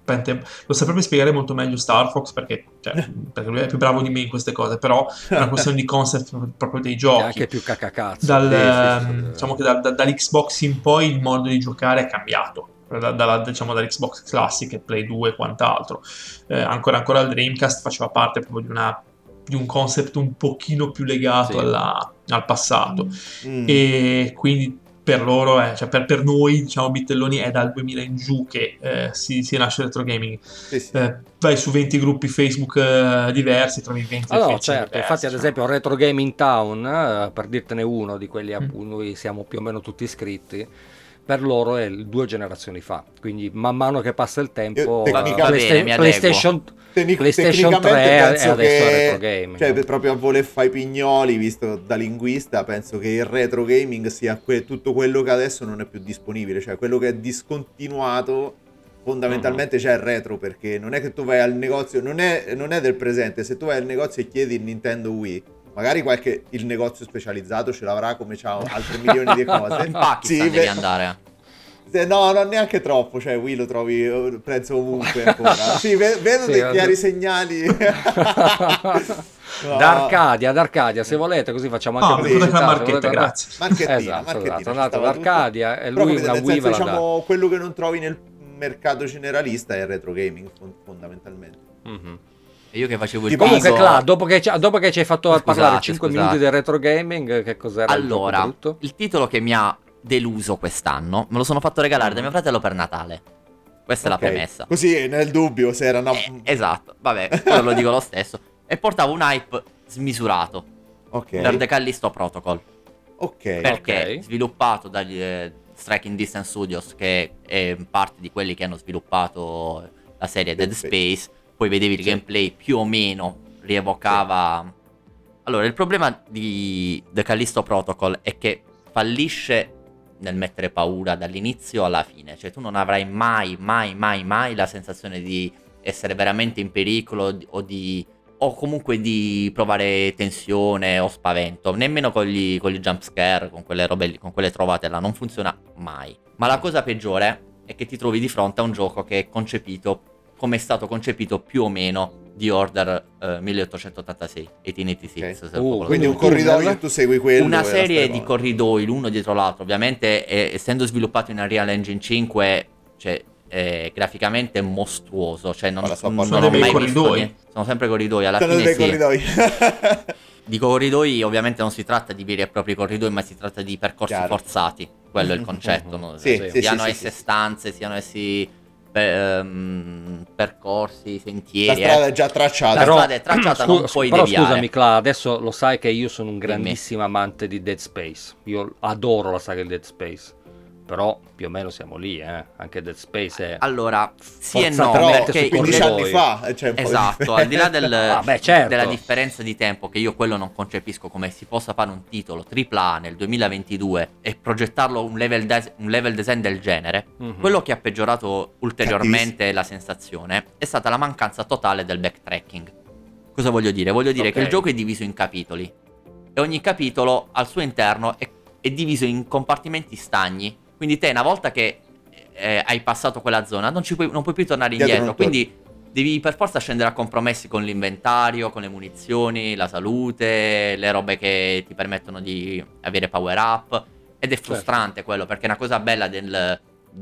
Pente- lo saprebbe spiegare molto meglio Star Fox perché, cioè, perché lui è più bravo di me in queste cose, però è una questione di concept proprio dei È giochi. anche più cacacazzo. Dal, Sì, sì, sì. ehm, diciamo che da- da- dall'Xbox in poi il modo di giocare è cambiato. Da- dalla- diciamo dall'Xbox Classic e Play due e quant'altro. Eh, ancora, ancora il Dreamcast faceva parte proprio di, una, di un concept un pochino più legato Sì. alla- al passato. Mm. E quindi per loro, è, cioè per, per noi, diciamo, Bitelloni è dal duemila in giù che eh, si, si nasce il retro gaming. Sì, sì. Eh, vai su venti gruppi Facebook eh, diversi, trovi venti Ah no, definizioni certo, diverse, infatti ad cioè. esempio Retro Gaming Town, eh, per dirtene uno di quelli a Mm. cui noi siamo più o meno tutti iscritti, per loro è il due generazioni fa, quindi man mano che passa il tempo Io eh, tecnica- Va Playsta- bene, mi adeguo. PlayStation, Tecnic- PlayStation tecnicamente tre penso e adesso che, è Retro Gaming. cioè, per- proprio a voler fare i pignoli, visto da linguista, penso che il retro gaming sia que- tutto quello che adesso non è più disponibile, cioè quello che è discontinuato fondamentalmente c'è il retro, perché non è che tu vai al negozio, non è, non è del presente, se tu vai al negozio e chiedi il Nintendo Wii, magari qualche il negozio specializzato ce l'avrà, come c'ha altri milioni di cose. In Pakistan Sì, devi beh, andare. se- No, non neanche troppo, cioè Wii lo trovi eh, penso ovunque ancora. Sì, ve- vedo Sì, dei vabbè. chiari segnali. No. Da Arcadia, ad Arcadia, se volete, così facciamo anche Ah, mi pubblicità, fate la se marchetta, volete andare- grazie. Marchettina, Esatto, marchettina, esatto, ci andate stava ad Arcadia tutto. e Però lui capite, una nel Wii senso, ve la dà. diciamo, quello che non trovi nel mercato generalista è il retro gaming fon- fondamentalmente. Mhm. E io che facevo il Tipo- Comunque, figo- Cla, dopo che, ci- dopo che ci hai fatto Scusate, parlare cinque scusate. minuti del retro gaming, che cos'era il gioco Allora, brutto? il titolo che mi ha deluso quest'anno me lo sono fatto regalare da mio fratello per Natale. Questa Ok. è la premessa. Così nel dubbio se era una... Eh, esatto, vabbè, quello lo dico lo stesso. E portava un hype smisurato Ok. per The Callisto Protocol. Ok. Perché Ok. sviluppato dagli eh, Striking Distance Studios, che è parte di quelli che hanno sviluppato la serie Dead Dead Space, poi vedevi il Sì. gameplay più o meno rievocava. Allora, il problema di The Callisto Protocol è che fallisce nel mettere paura dall'inizio alla fine, cioè tu non avrai mai, mai, mai, mai la sensazione di essere veramente in pericolo di- o di o comunque di provare tensione o spavento, nemmeno con gli, con gli jump scare, con quelle robe lì, con quelle trovate là, non funziona mai. Ma la cosa peggiore è che ti trovi di fronte a un gioco che è concepito come è stato concepito più o meno di Order eh, milleottocentottantasei, milleottocentottantasei, Ok. se Uh, proprio Quindi lo un dico. corridoio e tu segui quello. Una e la serie storia di va. corridoi l'uno dietro l'altro, ovviamente eh, essendo sviluppato in Unreal Engine cinque, cioè eh, graficamente è mostruoso, cioè non, Ora so non parlare. ho Sono dei mai bei visto corridoi. niente. Sono sempre corridoi, alla Sono fine dei sì. corridoi. Dico corridoi, ovviamente non si tratta di veri e propri corridoi, ma si tratta di percorsi Chiaro. forzati, quello è il concetto, no? Sì, Cioè, sì, siano sì, esse sì. stanze, siano essi pe- ehm, percorsi, La sentieri, strada eh. è già tracciata. La Però- strada è tracciata, non Scu- puoi però deviare. scusami Cla, adesso lo sai che io sono un grandissimo amante di Dead Space, io adoro la saga di Dead Space, però più o meno siamo lì, eh. Anche Dead Space è... Allora, sì e no, Però Forzatamente perché su il quindici corridoi. anni fa c'è un po' di Esatto, al di là del- Ah, beh, certo. della differenza di tempo, che io quello non concepisco come si possa fare un titolo tripla A nel duemilaventidue e progettarlo un level, des- un level design del genere, Mhm. quello che ha peggiorato ulteriormente la sensazione è stata la mancanza totale del backtracking. Cosa voglio dire? Voglio dire Ok. che il gioco è diviso in capitoli e ogni capitolo al suo interno è, è diviso in compartimenti stagni, quindi te una volta che eh, hai passato quella zona non, ci puoi, non puoi più tornare Dietro indietro, non torni. quindi devi per forza scendere a compromessi con l'inventario, con le munizioni, la salute, le robe che ti permettono di avere power up, ed è frustrante quello, perché una cosa bella del,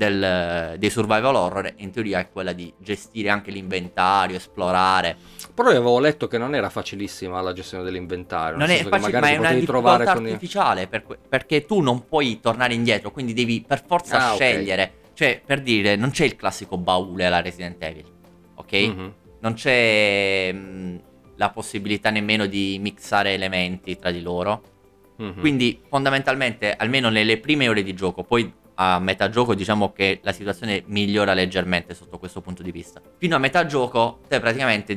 del- dei survival horror in teoria è quella di gestire anche l'inventario, esplorare. Però io avevo letto che non era facilissima la gestione dell'inventario, Non nel è senso che facile, ma magari è ti una potevi difficoltà trovare con i- artificiale, per que- perché tu non puoi tornare indietro, quindi devi per forza Ah, ok. scegliere. Cioè, per dire, non c'è il classico baule alla Resident Evil, ok? Mhm. Non c'è mh, la possibilità nemmeno di mixare elementi tra di loro. Mhm. Quindi fondamentalmente, almeno nelle prime ore di gioco, poi a metà gioco diciamo che la situazione migliora leggermente sotto questo punto di vista. Fino a metà gioco te praticamente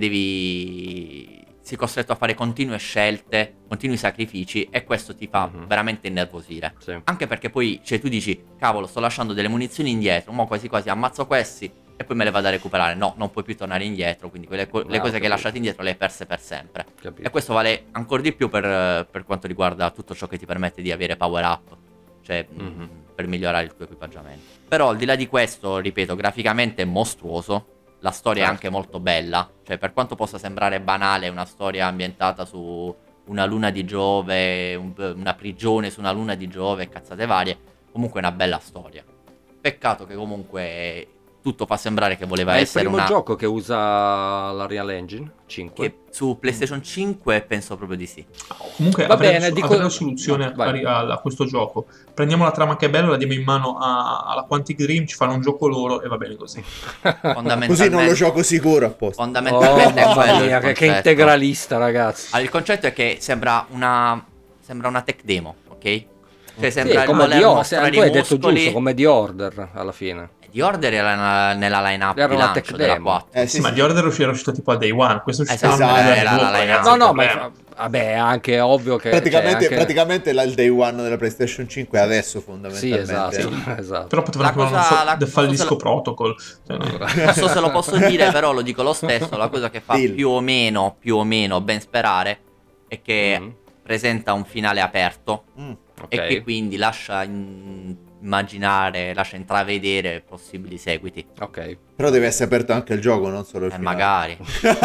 devi... sei costretto a fare continue scelte, continui sacrifici, e questo ti fa Mhm. veramente innervosire. Sì. Anche perché poi, cioè, tu dici, cavolo, sto lasciando delle munizioni indietro, mo quasi quasi ammazzo questi e poi me le vado a recuperare. No, non puoi più tornare indietro, quindi quelle co- le Ah, ho cose che hai capito. lasciato indietro le hai perse per sempre. Capito. E questo vale ancora di più per, per quanto riguarda tutto ciò che ti permette di avere power up, cioè mh, Mhm. per migliorare il tuo equipaggiamento. Però al di là di questo, ripeto, graficamente è mostruoso, la storia è Certo. anche molto bella, cioè per quanto possa sembrare banale, una storia ambientata su una luna di Giove, un- una prigione su una luna di Giove e cazzate varie, comunque è una bella storia. Peccato che comunque tutto fa sembrare che voleva È il essere primo una... gioco che usa la Real Engine cinque. che su PlayStation cinque penso proprio di sì. Comunque Va avrei, bene, la- dico- avrei la soluzione no, vai. a, a- a questo gioco. Prendiamo la trama che è bella, la diamo in mano a- alla Quantic Dream, ci fanno un gioco loro e va bene così. Fondamentalmente, Così non lo gioco sicuro apposta. Oh, Fondamentalmente è mamma quello mia, il che, che concetto. integralista, ragazzi. Allora, il concetto è che sembra una sembra una tech demo, ok? Cioè Sì, sembra il come voler di Order, mostrare tu i hai detto muscoli. giusto, come di Order alla fine. The Order era nella, nella line-up Era di una lancio tech della demo. quattro. Eh, Sì, sì, ma sì. The Order era uscito tipo a day one, questo è uscito Esatto, un mese era dopo, la line-up. ragazzi, No, il no, ma problema. vabbè, è anche ovvio che... Praticamente, cioè, anche... praticamente la- il day one della PlayStation cinque è adesso Sì, fondamentalmente. esatto, esatto. Però potevano La chiamarlo, cosa- non so, la- The non so se Fallisco la- Protocol. Cioè, no. Non so se lo posso dire, però lo dico lo stesso. La cosa che fa Dillo. più o meno, più o meno ben sperare è che Mm, presenta un finale aperto Mm. ok. e che quindi lascia in- immaginare, lascia intravedere possibili seguiti. Ok. Però deve essere aperto anche il gioco, non solo il E finale. magari.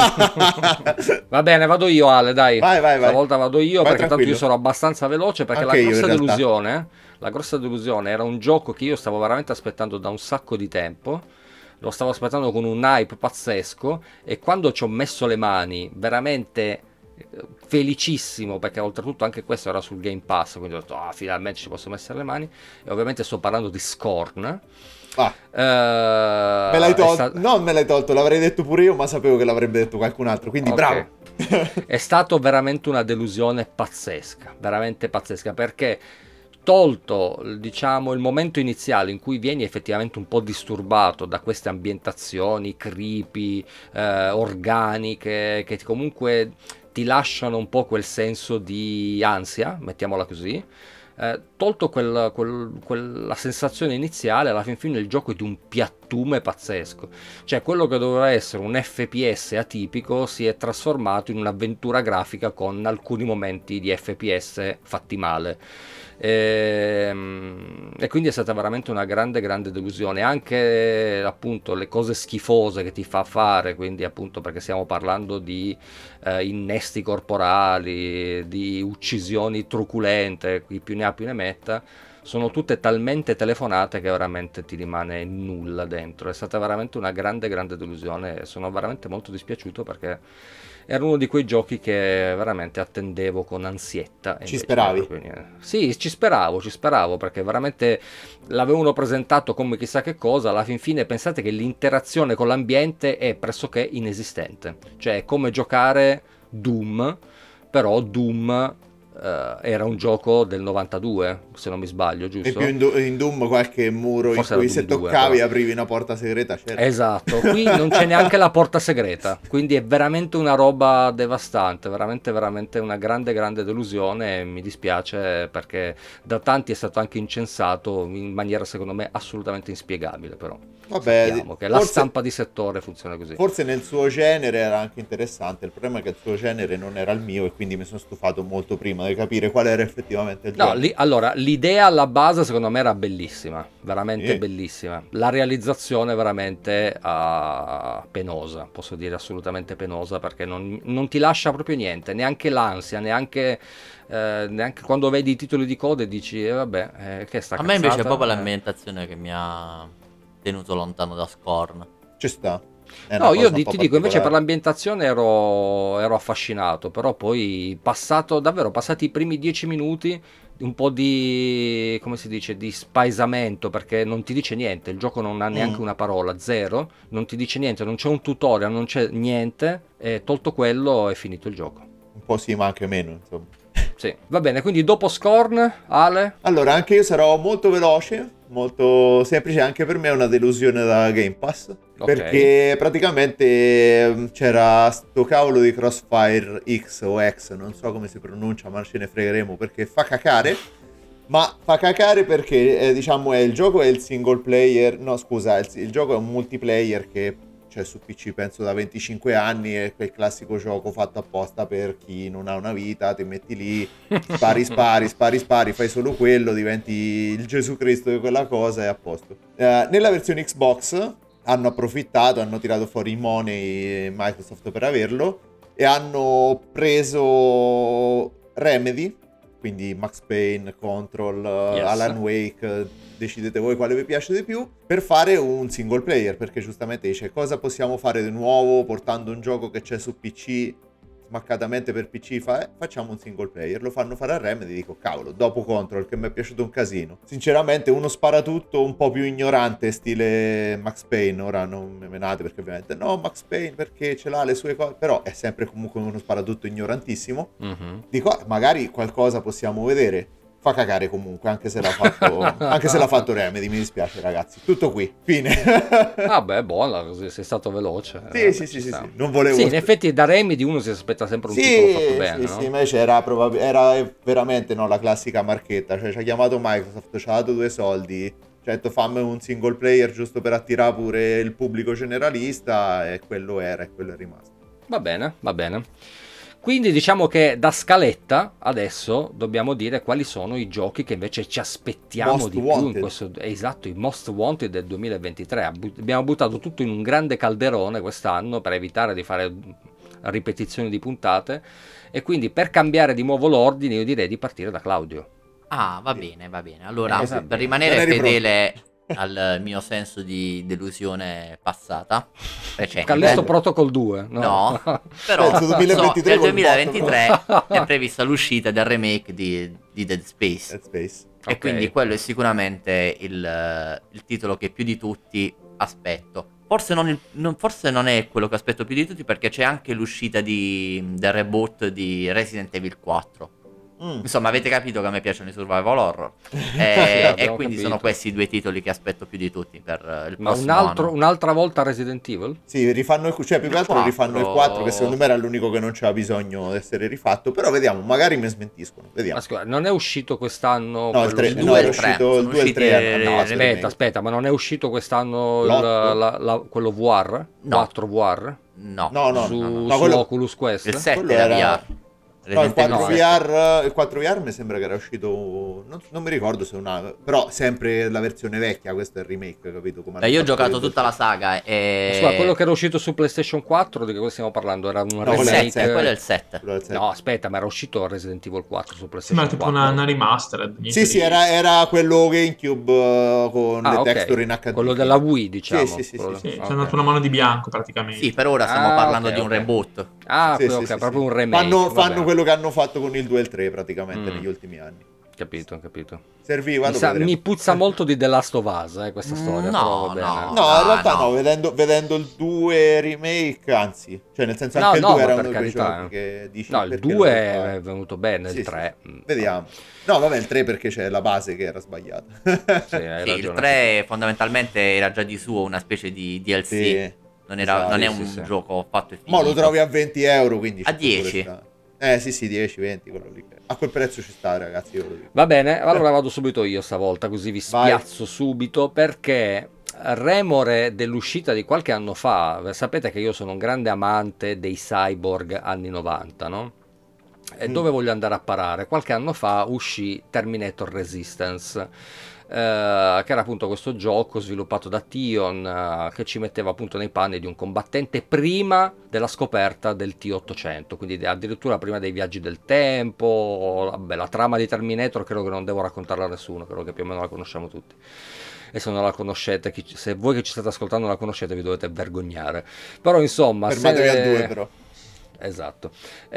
Va bene, vado io Ale, dai. Vai, vai, vai. Stavolta vado io Vai perché tanto tranquillo. io sono abbastanza veloce perché Anche la io, in grossa realtà. delusione, la grossa delusione era un gioco che io stavo veramente aspettando da un sacco di tempo. Lo stavo aspettando con un hype pazzesco e quando ci ho messo le mani, veramente eh, felicissimo perché oltretutto anche questo era sul Game Pass, quindi ho detto ah, finalmente ci posso mettere le mani e ovviamente sto parlando di Scorn. Ah, Eh, me l'hai è tolto. sta- Non me l'hai tolto, l'avrei detto pure io, ma sapevo che l'avrebbe detto qualcun altro. Quindi Ok. bravo. È stato veramente una delusione pazzesca, veramente pazzesca, perché tolto, diciamo, il momento iniziale in cui vieni effettivamente un po' disturbato da queste ambientazioni creepy, eh, organiche, che ti- comunque ti lasciano un po' quel senso di ansia, mettiamola così. Eh, tolto quel- quel- quella sensazione iniziale, alla fin fine il gioco è di un piattume pazzesco. Cioè quello che doveva essere un F P S atipico si è trasformato in un'avventura grafica con alcuni momenti di F P S fatti male. Ehm, E, quindi è stata veramente una grande grande delusione. Anche appunto le cose schifose che ti fa fare, quindi appunto perché stiamo parlando di eh, innesti corporali, di uccisioni truculente, chi più ne ha più ne metta, sono tutte talmente telefonate che veramente ti rimane nulla dentro. È stata veramente una grande grande delusione e sono veramente molto dispiaciuto perché era uno di quei giochi che veramente attendevo con ansietta. e Ci invece speravi? proprio niente. Sì, ci speravo, ci speravo perché veramente l'avevano presentato come chissà che cosa. Alla fin fine pensate che l'interazione con l'ambiente è pressoché inesistente. Cioè è come giocare Doom, però Doom eh, era un gioco del novantadue, se non mi sbaglio, E giusto? più in, Do- in Doom qualche muro Forse in cui era se Doom due, toccavi però. aprivi una porta segreta. C'era. Esatto, qui non c'è neanche la porta segreta, quindi è veramente una roba devastante, veramente veramente una grande grande delusione e mi dispiace perché da tanti è stato anche incensato in maniera secondo me assolutamente inspiegabile, però Vabbè, sappiamo che la forse- stampa di settore funziona così. Forse nel suo genere era anche interessante. Il problema è che il suo genere non era il mio e quindi mi sono stufato molto prima di capire qual era effettivamente il No, genere. li- allora, l'idea alla base secondo me era bellissima, veramente Sì. bellissima. La realizzazione veramente ah, penosa, posso dire assolutamente penosa, perché non, non ti lascia proprio niente, neanche l'ansia, neanche, eh, neanche quando vedi i titoli di coda e dici, eh, vabbè, eh, che è sta A me invece è cazzata? proprio Eh. l'ambientazione che mi ha tenuto lontano da Scorn. Ci sta. È una No, cosa io un di- po' ti dico, invece per particolare. l'ambientazione ero, ero affascinato, però poi passato, davvero, passati i primi dieci minuti, un po' di, come si dice, di spaesamento, perché non ti dice niente, il gioco non ha neanche Mm. una parola, zero, non ti dice niente, non c'è un tutorial, non c'è niente, e tolto quello è finito il gioco. Un po' sì, ma anche meno, insomma. Sì, va bene, quindi dopo Scorn, Ale? Allora, anche io sarò molto veloce, molto semplice, anche per me è una delusione da Game Pass, Ok. perché praticamente ehm, c'era sto cavolo di Crossfire X o X, non so come si pronuncia, ma ce ne fregheremo perché fa cacare, ma fa cacare perché eh, diciamo è il gioco è il single player, no scusa, il, il gioco è un multiplayer che c'è su P C penso da venticinque anni, è quel classico gioco fatto apposta per chi non ha una vita, ti metti lì, spari spari spari spari, fai solo quello, diventi il Gesù Cristo di quella cosa e a posto. Eh, nella versione Xbox hanno approfittato, hanno tirato fuori i money Microsoft per averlo e hanno preso Remedy, quindi Max Payne, Control, Yes. Alan Wake, decidete voi quale vi piace di più, per fare un single player, perché giustamente dice cosa possiamo fare di nuovo portando un gioco che c'è su P C smaccatamente per P C, fa, eh, facciamo un single player. Lo fanno fare a Remedy, dico cavolo, dopo Control che mi è piaciuto un casino, sinceramente uno sparatutto un po' più ignorante stile Max Payne, ora non mi menate perché ovviamente no Max Payne perché ce l'ha le sue cose, però è sempre comunque uno sparatutto ignorantissimo. Mhm. Dico ah, magari qualcosa possiamo vedere. Fa cagare comunque, anche se l'ha fatto anche se l'ha fatto Remedy, mi dispiace ragazzi. Tutto qui, fine. Vabbè, buona, così sei stato veloce. Sì, Eh, sì, ci sì, sì, sta. sì, non volevo Sì, in effetti da Remedy uno si aspetta sempre un titolo fatto Sì, bene, sì, no? sì, invece era, probab- era veramente no, la classica marchetta, cioè ci ha chiamato Microsoft, ci ha dato due soldi, ci ha detto fammi un single player giusto per attirare pure il pubblico generalista e quello era e quello è rimasto. Va bene, va bene. Quindi diciamo che da scaletta adesso dobbiamo dire quali sono i giochi che invece ci aspettiamo Most di più in wanted. questo, esatto, i most wanted del duemilaventitré. Abbu- Abbiamo buttato tutto in un grande calderone quest'anno per evitare di fare ripetizioni di puntate e quindi per cambiare di nuovo l'ordine io direi di partire da Claudio. Ah, va bene, va bene. Allora, Eh, sì. per rimanere Non eri fedele al mio senso di delusione passata, recente. Callisto Protocol due, no? No, però Penso so, duemilaventitré nel col duemilaventitré botto. è prevista l'uscita del remake di, di Dead Space. Dead Space. E Ok. quindi quello è sicuramente il, il titolo che più di tutti aspetto. Forse non, il- non- forse non è quello che aspetto più di tutti perché c'è anche l'uscita di, del reboot di Resident Evil quattro. Mm. Insomma, avete capito che a me piacciono i survival horror. Sì, E, e abbiamo quindi capito. sono questi i due titoli che aspetto più di tutti per eh, il Ma un prossimo altro, anno. un'altra volta Resident Evil? Sì, rifanno il, cioè più che Il altro rifanno il quattro. quattro che secondo me era l'unico che non c'era bisogno di essere rifatto, però vediamo, magari mi smentiscono, vediamo. Ma scusa, non è uscito quest'anno No, il quello tre- Il su- no, due e era il tre, uscito il sono due e il tre, usciti, hanno eh, fatto il Aspetta, remake. aspetta, ma non è uscito quest'anno il- L'otto? la- la- quello V R? No. quattro V R? No, No, no, su, no, no, su no, quello- Oculus Quest? il sette quello era era- V R. No, il Resident quattro, Evil no, sette. V R, il quattro V R mi sembra che era uscito, non, non mi ricordo se una, però sempre la versione vecchia, questo è il remake, capito? Come Eh, hanno io ho fatto giocato il- tutta la saga e... Scusa, quello che era uscito su PlayStation quattro, di che cosa stiamo parlando? Era un quello il è il remake? sette, quello è il sette. quello è il sette. No, aspetta, ma era uscito Resident Evil quattro su Sembra PlayStation tipo quattro? una, una remastered. niente Sì, sì, di- era, era quello GameCube eh, con Ah, le ok. texture in H D. Quello della Wii, diciamo. Sì, sì, sì, Quello- sì, Sì, ok. ci hanno dato una mano di bianco praticamente. Sì, per ora stiamo Ah, parlando ok, di un ok. reboot. Ah, Sì, ok, sì, ok, sì, proprio sì. un remake. Fanno, va fanno bene. quello che hanno fatto con il due e il tre praticamente Mm. negli ultimi anni. Capito, capito. Serviva, Mi, lo sa- vedremo. mi puzza molto di The Last of Us, eh, questa Mm, storia. no, però va bene. no. No, Ah, in realtà no, no. vedendo, vedendo il due remake, anzi, cioè nel senso No, anche il no, due ma era per uno di quei carità, giochi eh. che dici No, il perché due non lo fai? è venuto bene, Sì, il sì, tre. sì. mm, Vediamo. No, vabbè, il tre perché c'è la base che era sbagliata. Sì, hai Sì, il ragione. tre fondamentalmente era già di suo una specie di D L C. Sì, non, era- esatto. non è Sì, un sì, sì. gioco fatto e finito. Ma lo trovi a venti euro, quindi A c'è pure dieci? sta- Eh sì, sì, dieci, venti, quello lì. A quel prezzo ci sta, ragazzi, io ve lo dico. Va bene, allora vado subito io stavolta, così vi Vai. spiazzo subito, perché remore dell'uscita di qualche anno fa, sapete che io sono un grande amante dei cyborg anni novanta, no? E Mm. dove voglio andare a parare? Qualche anno fa uscì Terminator Resistance, eh, che era appunto questo gioco sviluppato da Tion, eh, che ci metteva appunto nei panni di un combattente prima della scoperta del T ottocento, quindi addirittura prima dei viaggi del tempo. Vabbè, la trama di Terminator credo che non devo raccontarla a nessuno, credo che più o meno la conosciamo tutti. E se non la conoscete, chi- se voi che ci state ascoltando la conoscete, vi dovete vergognare. Però insomma, Fermatevi se- a due, però. Esatto.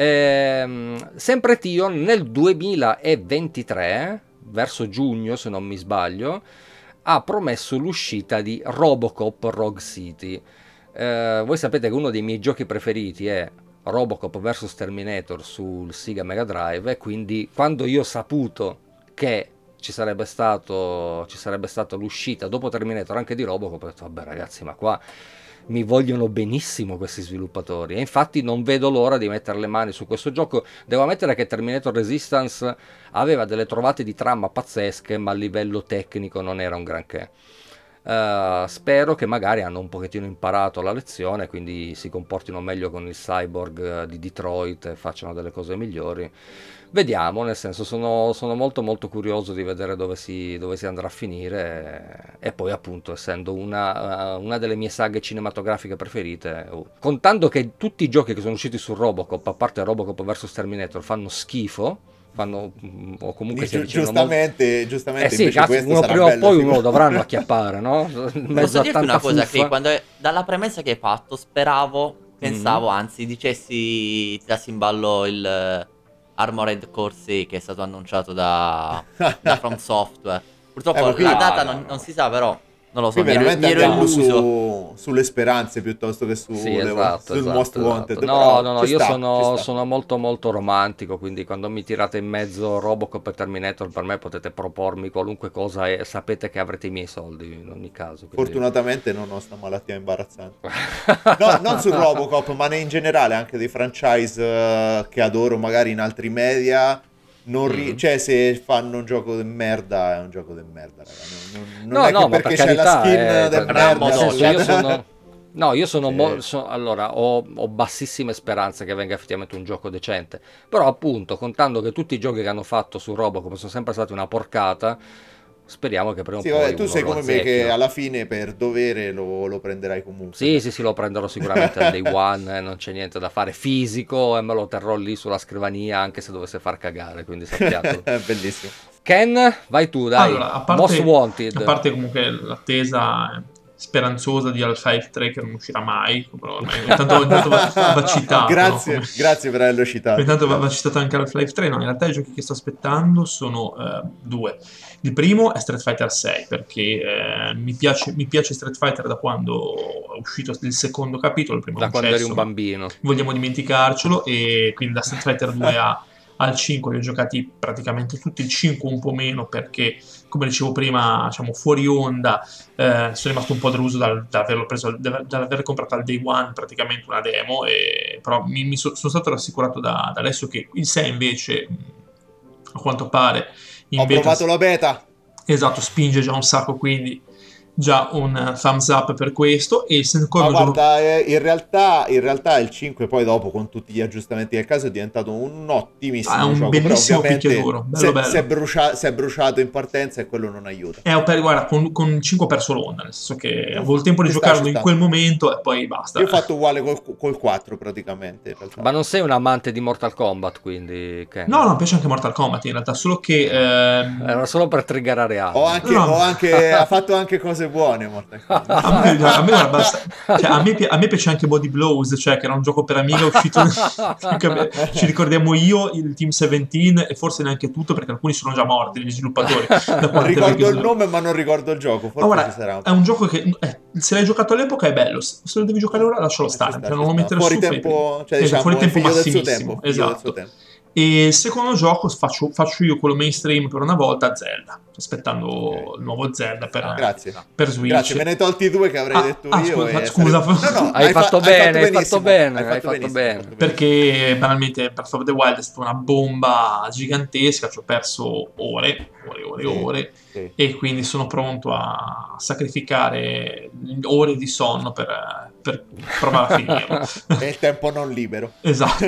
Ehm, sempre Tion nel duemilaventitré, verso giugno se non mi sbaglio, ha promesso l'uscita di Robocop Rogue City. Eh, voi sapete che uno dei miei giochi preferiti è Robocop versus Terminator sul Sega Mega Drive, e quindi quando io ho saputo che ci sarebbe stato ci sarebbe stata l'uscita dopo Terminator anche di Robocop, ho detto vabbè ragazzi, ma qua mi vogliono benissimo questi sviluppatori, e infatti non vedo l'ora di mettere le mani su questo gioco. Devo ammettere che Terminator Resistance aveva delle trovate di trama pazzesche, ma a livello tecnico non era un granché. Uh, spero che magari hanno un pochettino imparato la lezione, quindi si comportino meglio con il cyborg di Detroit e facciano delle cose migliori. Vediamo, nel senso sono, sono molto molto curioso di vedere dove si, dove si andrà a finire e, e poi appunto essendo una, una delle mie saghe cinematografiche preferite, oh, contando che tutti i giochi che sono usciti su Robocop, a parte Robocop versus Terminator, fanno schifo, fanno o comunque si Gi- avvicinano giustamente, molto. giustamente Eh sì, invece cazzo, questo uno sarà prima o bello, poi uno sicuro. lo dovranno acchiappare, no? In mezzo Posso a dirti tanta una cosa, fuffa. che quando dalla premessa che hai fatto speravo, pensavo, anzi dicessi, tirassi in ballo il eh, Armored Core sei che è stato annunciato da, da From Software. Purtroppo Eh, ma qui- la No, data no, non, no. non si sa, però non lo so, Qui mi ero, veramente mi ero andiamo illuso. su, sulle speranze piuttosto che su Sì, le- esatto, sul Most esatto, Wanted. esatto. No, Però no, no, ci io sta, ci sono, sta. sono molto molto romantico, quindi quando mi tirate in mezzo Robocop e Terminator, per me potete propormi qualunque cosa e sapete che avrete i miei soldi in ogni caso. Quindi... Fortunatamente non ho sta malattia imbarazzante. No, non su Robocop, ma in generale anche dei franchise eh, che adoro magari in altri media. Non ri- Mm. Cioè, se fanno un gioco di merda, è un gioco di merda, raga. Non, non- non No, è no, che ma per perché c'è la carità, skin eh, del per- Rambo nel merda. senso io sono... No, io sono, Sì. mo- so- allora, ho, ho bassissime speranze che venga effettivamente un gioco decente, però appunto, contando che tutti i giochi che hanno fatto su Robocop sono sempre stati una porcata, speriamo che prima o Sì, poi vabbè, tu uno sei lo come me che azzecchino. alla fine per dovere lo, lo prenderai comunque. Sì, sì, sì, lo prenderò sicuramente al day one, eh, non c'è niente da fare fisico e me lo terrò lì sulla scrivania anche se dovesse far cagare, quindi sappiatelo. Bellissimo. Ken, vai tu, dai. Allora, a Most parte, Wanted. a parte comunque l'attesa speranzosa di Half-Life tre che non uscirà mai, però ormai intanto, intanto va, va citato. Grazie, no? Come- grazie per averlo citato. Intanto va, va citato anche Half-Life tre, no, in realtà i giochi che sto aspettando sono eh, due. Il primo è Street Fighter sei, perché eh, mi, piace, mi piace Street Fighter da quando è uscito il secondo capitolo, il primo Da è un quando eri cesso, un ma bambino. vogliamo dimenticarcelo, e quindi da Street Fighter due a, al cinque li ho giocati praticamente tutti, il cinque un po' meno perché, come dicevo prima, diciamo fuori onda, eh, sono rimasto un po' deluso dal, da averlo preso, da, dall'aver comprato al day one praticamente una demo, e, però mi, mi so- sono stato rassicurato da, da adesso che il sei invece, a quanto pare, in Ho beta- provato la beta. esatto, spinge già un sacco, quindi già un uh, thumbs up per questo. E il secondo Ma gioco- guarda, eh, in realtà, in realtà il cinque poi dopo con tutti gli aggiustamenti del caso è diventato un ottimissimo Ah, è un gioco, però bellissimo ovviamente picchiaduro, bello se, bello. se è brucia- se è bruciato in partenza e quello non aiuta. Eh, ho per- guarda, con, con il cinque ho perso l'onda, nel senso che avevo il tempo di Ci sta, giocarlo ci in sta. quel momento e poi basta. Io ho fatto uguale col, col quattro praticamente, in realtà. Ma non sei un amante di Mortal Kombat, quindi, Ken? No, no, mi piace anche Mortal Kombat in realtà, solo che... ehm, Era solo per triggerare Ho altri. anche, No, no. ho anche, ha fatto anche cose buone Mortal Kombat. A me, a me guarda, basta- cioè, a me pi- a me piace anche Body Blows, cioè che era un gioco per Amiga uscito ci ricordiamo io, il Team diciannove e forse neanche tutto perché alcuni sono già morti gli sviluppatori da quante Ricordo vecchie il sono. nome ma non ricordo il gioco, Ma forse guarda, ci sarà un è un gioco che eh, se l'hai giocato all'epoca è bello, se se lo devi giocare ora lascialo Eh, ci stare, sta, cioè, ci non lo sta. mettere Fuori su, fai tempo, prima. cioè, Esatto, diciamo, fuori è tempo figlio del suo massimissimo, tempo, figlio del suo esatto. tempo. E il secondo gioco faccio, faccio io quello mainstream per una volta, Zelda, sto aspettando Ok. il nuovo Zelda per, Grazie. per Switch. Grazie, me ne hai tolti due che avrei Ah, detto ah, io. scusa, e scusa. sarebbe- No, no, Hai fatto fa- bene, hai benissimo, fatto bene, hai hai fatto fatto benissimo, bene. hai fatto benissimo. Perché banalmente Breath of the Wild è stata una bomba gigantesca, ci ho perso ore, ore, ore, Sì, ore, sì. e quindi sono pronto a sacrificare ore di sonno per, per provare a finirlo. È il tempo non libero. Esatto.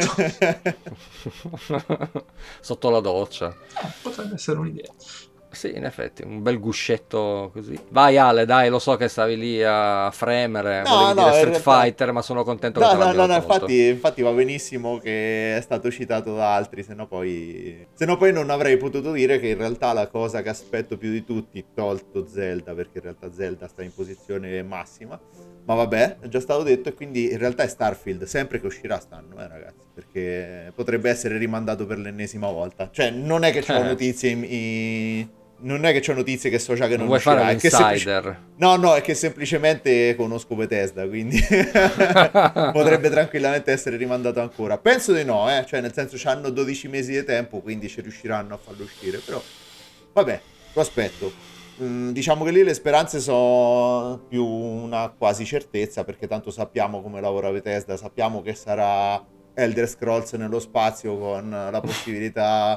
Sotto la doccia. Eh, potrebbe essere un'idea. Sì, in effetti, un bel guscetto così. Vai Ale, dai, lo so che stavi lì a fremere, No, volevi no, dire in Street realtà- Fighter, ma sono contento No, che te no, l'abbia no, no, tolto. infatti, infatti va benissimo che è stato citato da altri, se no poi... Se no poi non avrei potuto dire che in realtà la cosa che aspetto più di tutti, tolto Zelda, perché in realtà Zelda sta in posizione massima, ma vabbè, è già stato detto, e quindi in realtà è Starfield, sempre che uscirà stanno, eh ragazzi, perché potrebbe essere rimandato per l'ennesima volta. Cioè, non è che c'ho Eh. notizie in... in- Non è che c'ho notizie che so già che Non non, vuoi uscirà, fare è che semplici- l'insider? No, no, è che semplicemente conosco Bethesda, quindi potrebbe tranquillamente essere rimandato ancora. Penso di no, eh, cioè nel senso hanno dodici mesi di tempo, quindi ci riusciranno a farlo uscire, però vabbè, lo aspetto. Mm, diciamo che lì le speranze sono più una quasi certezza, perché tanto sappiamo come lavora Bethesda, sappiamo che sarà Elder Scrolls nello spazio con la possibilità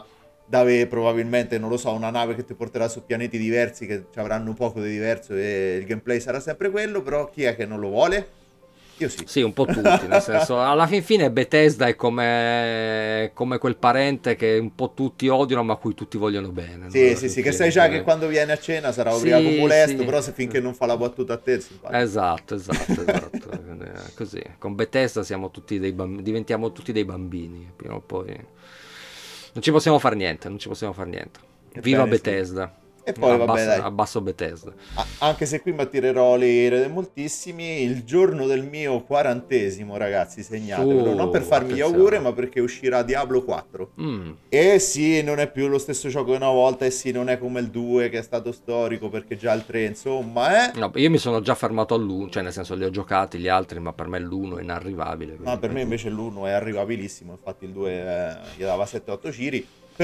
dove probabilmente, non lo so, una nave che ti porterà su pianeti diversi che ci avranno poco di diverso e il gameplay sarà sempre quello, però chi è che non lo vuole? Io sì. Sì, un po' tutti, nel senso, alla fin fine Bethesda è come, come quel parente che un po' tutti odiano ma a cui tutti vogliono bene. Sì, no? sì, sì, Che che sai già che quando viene a cena sarà Sì, ubriaco molesto, sì. però se finché non fa la battuta a te è simpatico. Esatto, esatto, esatto. Eh, così, con Bethesda siamo tutti dei bamb- diventiamo tutti dei bambini, prima o poi non ci possiamo fare niente, non ci possiamo fare niente. Viva Ebbene, sì. Bethesda. E poi vabbè, abbasso, dai. abbasso Bethesda. A- anche se qui mi attirerò le ire di moltissimi, il giorno del mio quarantesimo, ragazzi, segnatevelo, Uh, non per farmi gli attenzione. auguri, ma perché uscirà Diablo quattro. Mm. E sì, non è più lo stesso gioco di una volta, e sì, non è come il due che è stato storico, perché già il tre, insomma, eh. No, io mi sono già fermato all'uno, cioè nel senso li ho giocati gli altri, ma per me l'uno è inarrivabile. Ma quindi per me poi- invece l'uno è arrivabilissimo, infatti il due eh, gli dava sette otto giri,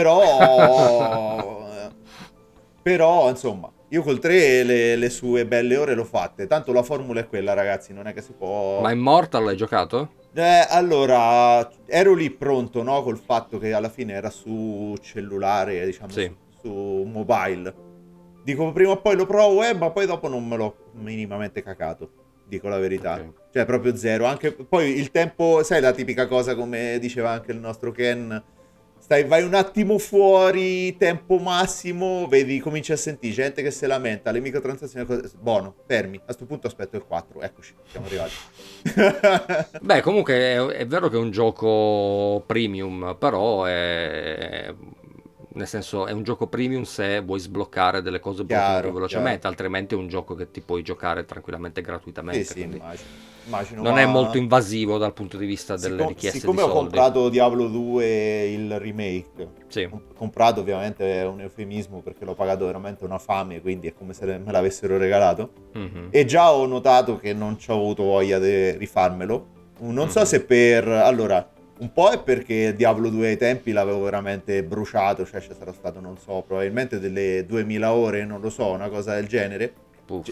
però... però, insomma, io col tre le, le sue belle ore l'ho fatte, tanto la formula è quella, ragazzi, non è che si può... Ma Immortal l'hai giocato? Eh, allora, ero lì pronto, no, col fatto che alla fine era su cellulare, diciamo, Sì. su, su mobile. Dico, prima o poi lo provo, eh, ma poi dopo non me l'ho minimamente cacato, dico la verità. Ok. Cioè, proprio zero. Anche poi il tempo, sai, la tipica cosa, come diceva anche il nostro Ken, stai, vai un attimo fuori, tempo massimo, vedi, cominci a sentire gente che si lamenta, le microtransazioni, cose... buono, fermi. A sto punto aspetto il quattro, eccoci, siamo arrivati. Beh, comunque è, è vero che è un gioco premium, però è, nel senso è un gioco premium se vuoi sbloccare delle cose Chiaro, molto più velocemente, chiaro. altrimenti è un gioco che ti puoi giocare tranquillamente gratuitamente. Sì, sì, quindi immagino. immagino non ma... è molto invasivo dal punto di vista delle Siccome, richieste siccome di ho soldi. comprato Diablo due il remake, Sì. com- comprato ovviamente è un eufemismo perché l'ho pagato veramente una fame, quindi è come se me l'avessero regalato. Mhm. E già ho notato che non ci ho avuto voglia di rifarmelo. Non so Mhm. se per... Allora, un po' è perché Diablo due ai tempi l'avevo veramente bruciato, cioè ci sarà stato, non so, probabilmente delle duemila ore, non lo so, una cosa del genere. Puff.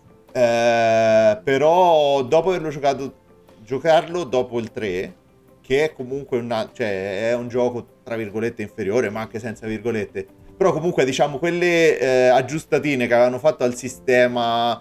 Eh, però dopo averlo giocato, giocarlo dopo il tre, che è comunque una, cioè, è un gioco tra virgolette inferiore, ma anche senza virgolette, però comunque diciamo quelle eh, aggiustatine che avevano fatto al sistema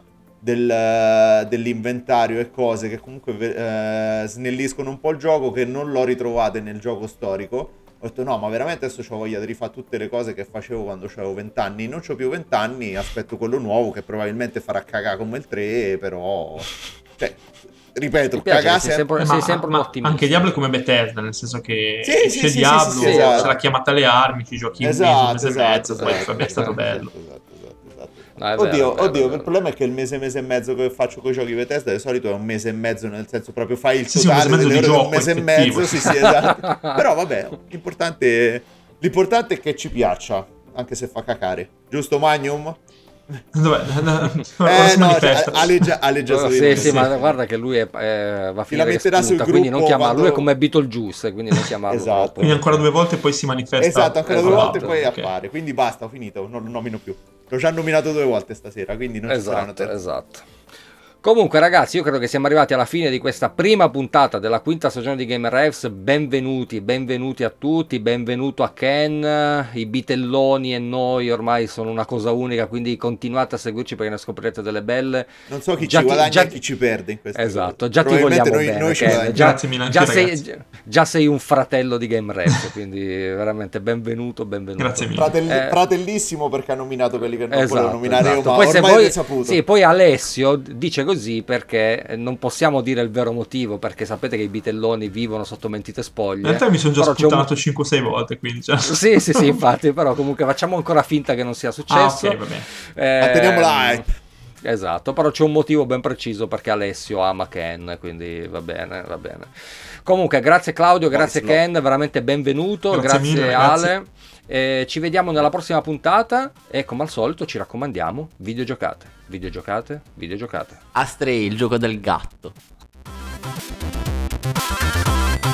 del, dell'inventario e cose che comunque eh, snelliscono un po' il gioco, che non l'ho ritrovate nel gioco storico. Ho detto no, ma veramente adesso ho voglia di rifare tutte le cose che facevo quando avevo venti anni. Non c'ho più venti anni, aspetto quello nuovo che probabilmente farà cagare come il tre, però... Cioè, ripeto, Mi piace cagà che sei sempre... sempre, Eh, sei ma, sempre un ma ottimista. anche Diablo è come Bethesda, nel senso che Sì, esce sì, sì, sì, Diablo, sì, sì, esatto. se la chiamata alle armi, ci giochi un mese, un Esatto, mese e esatto, mezzo, poi esatto, vabbè, è stato esatto, bello. esatto, esatto, esatto. No, è vero, Oddio, è vero, oddio, è vero. il problema è che il mese, mese e mezzo che faccio con i giochi Bethesda di solito è un mese e mezzo, nel senso proprio fai il Sì, sì, un mese totale e mezzo delle di ore di un gioco, mese e effettivo. mezzo, sì, sì, esatto. Però vabbè, l'importante, l'importante è che ci piaccia, anche se fa cacare. Giusto, Magnum? Dov'è? Ora Eh si no, cioè, manifesta. aleggia, aleggia Oh, su di sì, noi, sì, sì. ma guarda che lui è, eh, va a finire la che metterà sul spunta, quindi non gruppo chiama, quando- lui è come Beetlejuice, quindi non chiamarlo Esatto. troppo. Quindi ancora due volte e poi si manifesta. Esatto, ancora due Esatto, volte e poi ok. appare. Quindi basta, ho finito, non lo nomino più. L'ho già nominato due volte stasera, quindi non ci sarà una Esatto, terza. esatto. Comunque ragazzi, io credo che siamo arrivati alla fine di questa prima puntata della quinta stagione di GamerRevs. Benvenuti, benvenuti a tutti, benvenuto a Ken. I bitelloni e noi ormai sono una cosa unica, quindi continuate a seguirci perché ne scoprirete delle belle. Non so chi Già ci ti- guadagna già e chi ci perde in questa Esatto, cosa. già ti Probabilmente vogliamo noi, bene, noi ci Ken. guadagniamo. Già, Grazie mille anche, già sei, ragazzi. già sei un fratello di GamerRevs, quindi veramente benvenuto, benvenuto. Grazie mille. Fratel- Eh, fratellissimo perché ha nominato quelli che non volevo Esatto, nominare esatto. io, ma Poi se ormai voi- è saputo. sì, poi Alessio dice così perché non possiamo dire il vero motivo, perché sapete che i bitelloni vivono sotto mentite spoglie. In realtà mi sono già Però c'è un- sputtanato cinque sei volte, quindi cioè... Sì, sì, sì, infatti, però comunque facciamo ancora finta che non sia Ah, successo. ok, va bene. Eh, Manteniamo la hype. Esatto, però c'è un motivo ben preciso perché Alessio ama Ken, quindi va bene, va bene. Comunque, grazie Claudio, grazie Nice, Ken, veramente benvenuto, Grazie grazie, mille, Ale. Eh, ci vediamo nella prossima puntata e come al solito ci raccomandiamo, videogiocate, videogiocate, videogiocate. Astray, il gioco del gatto.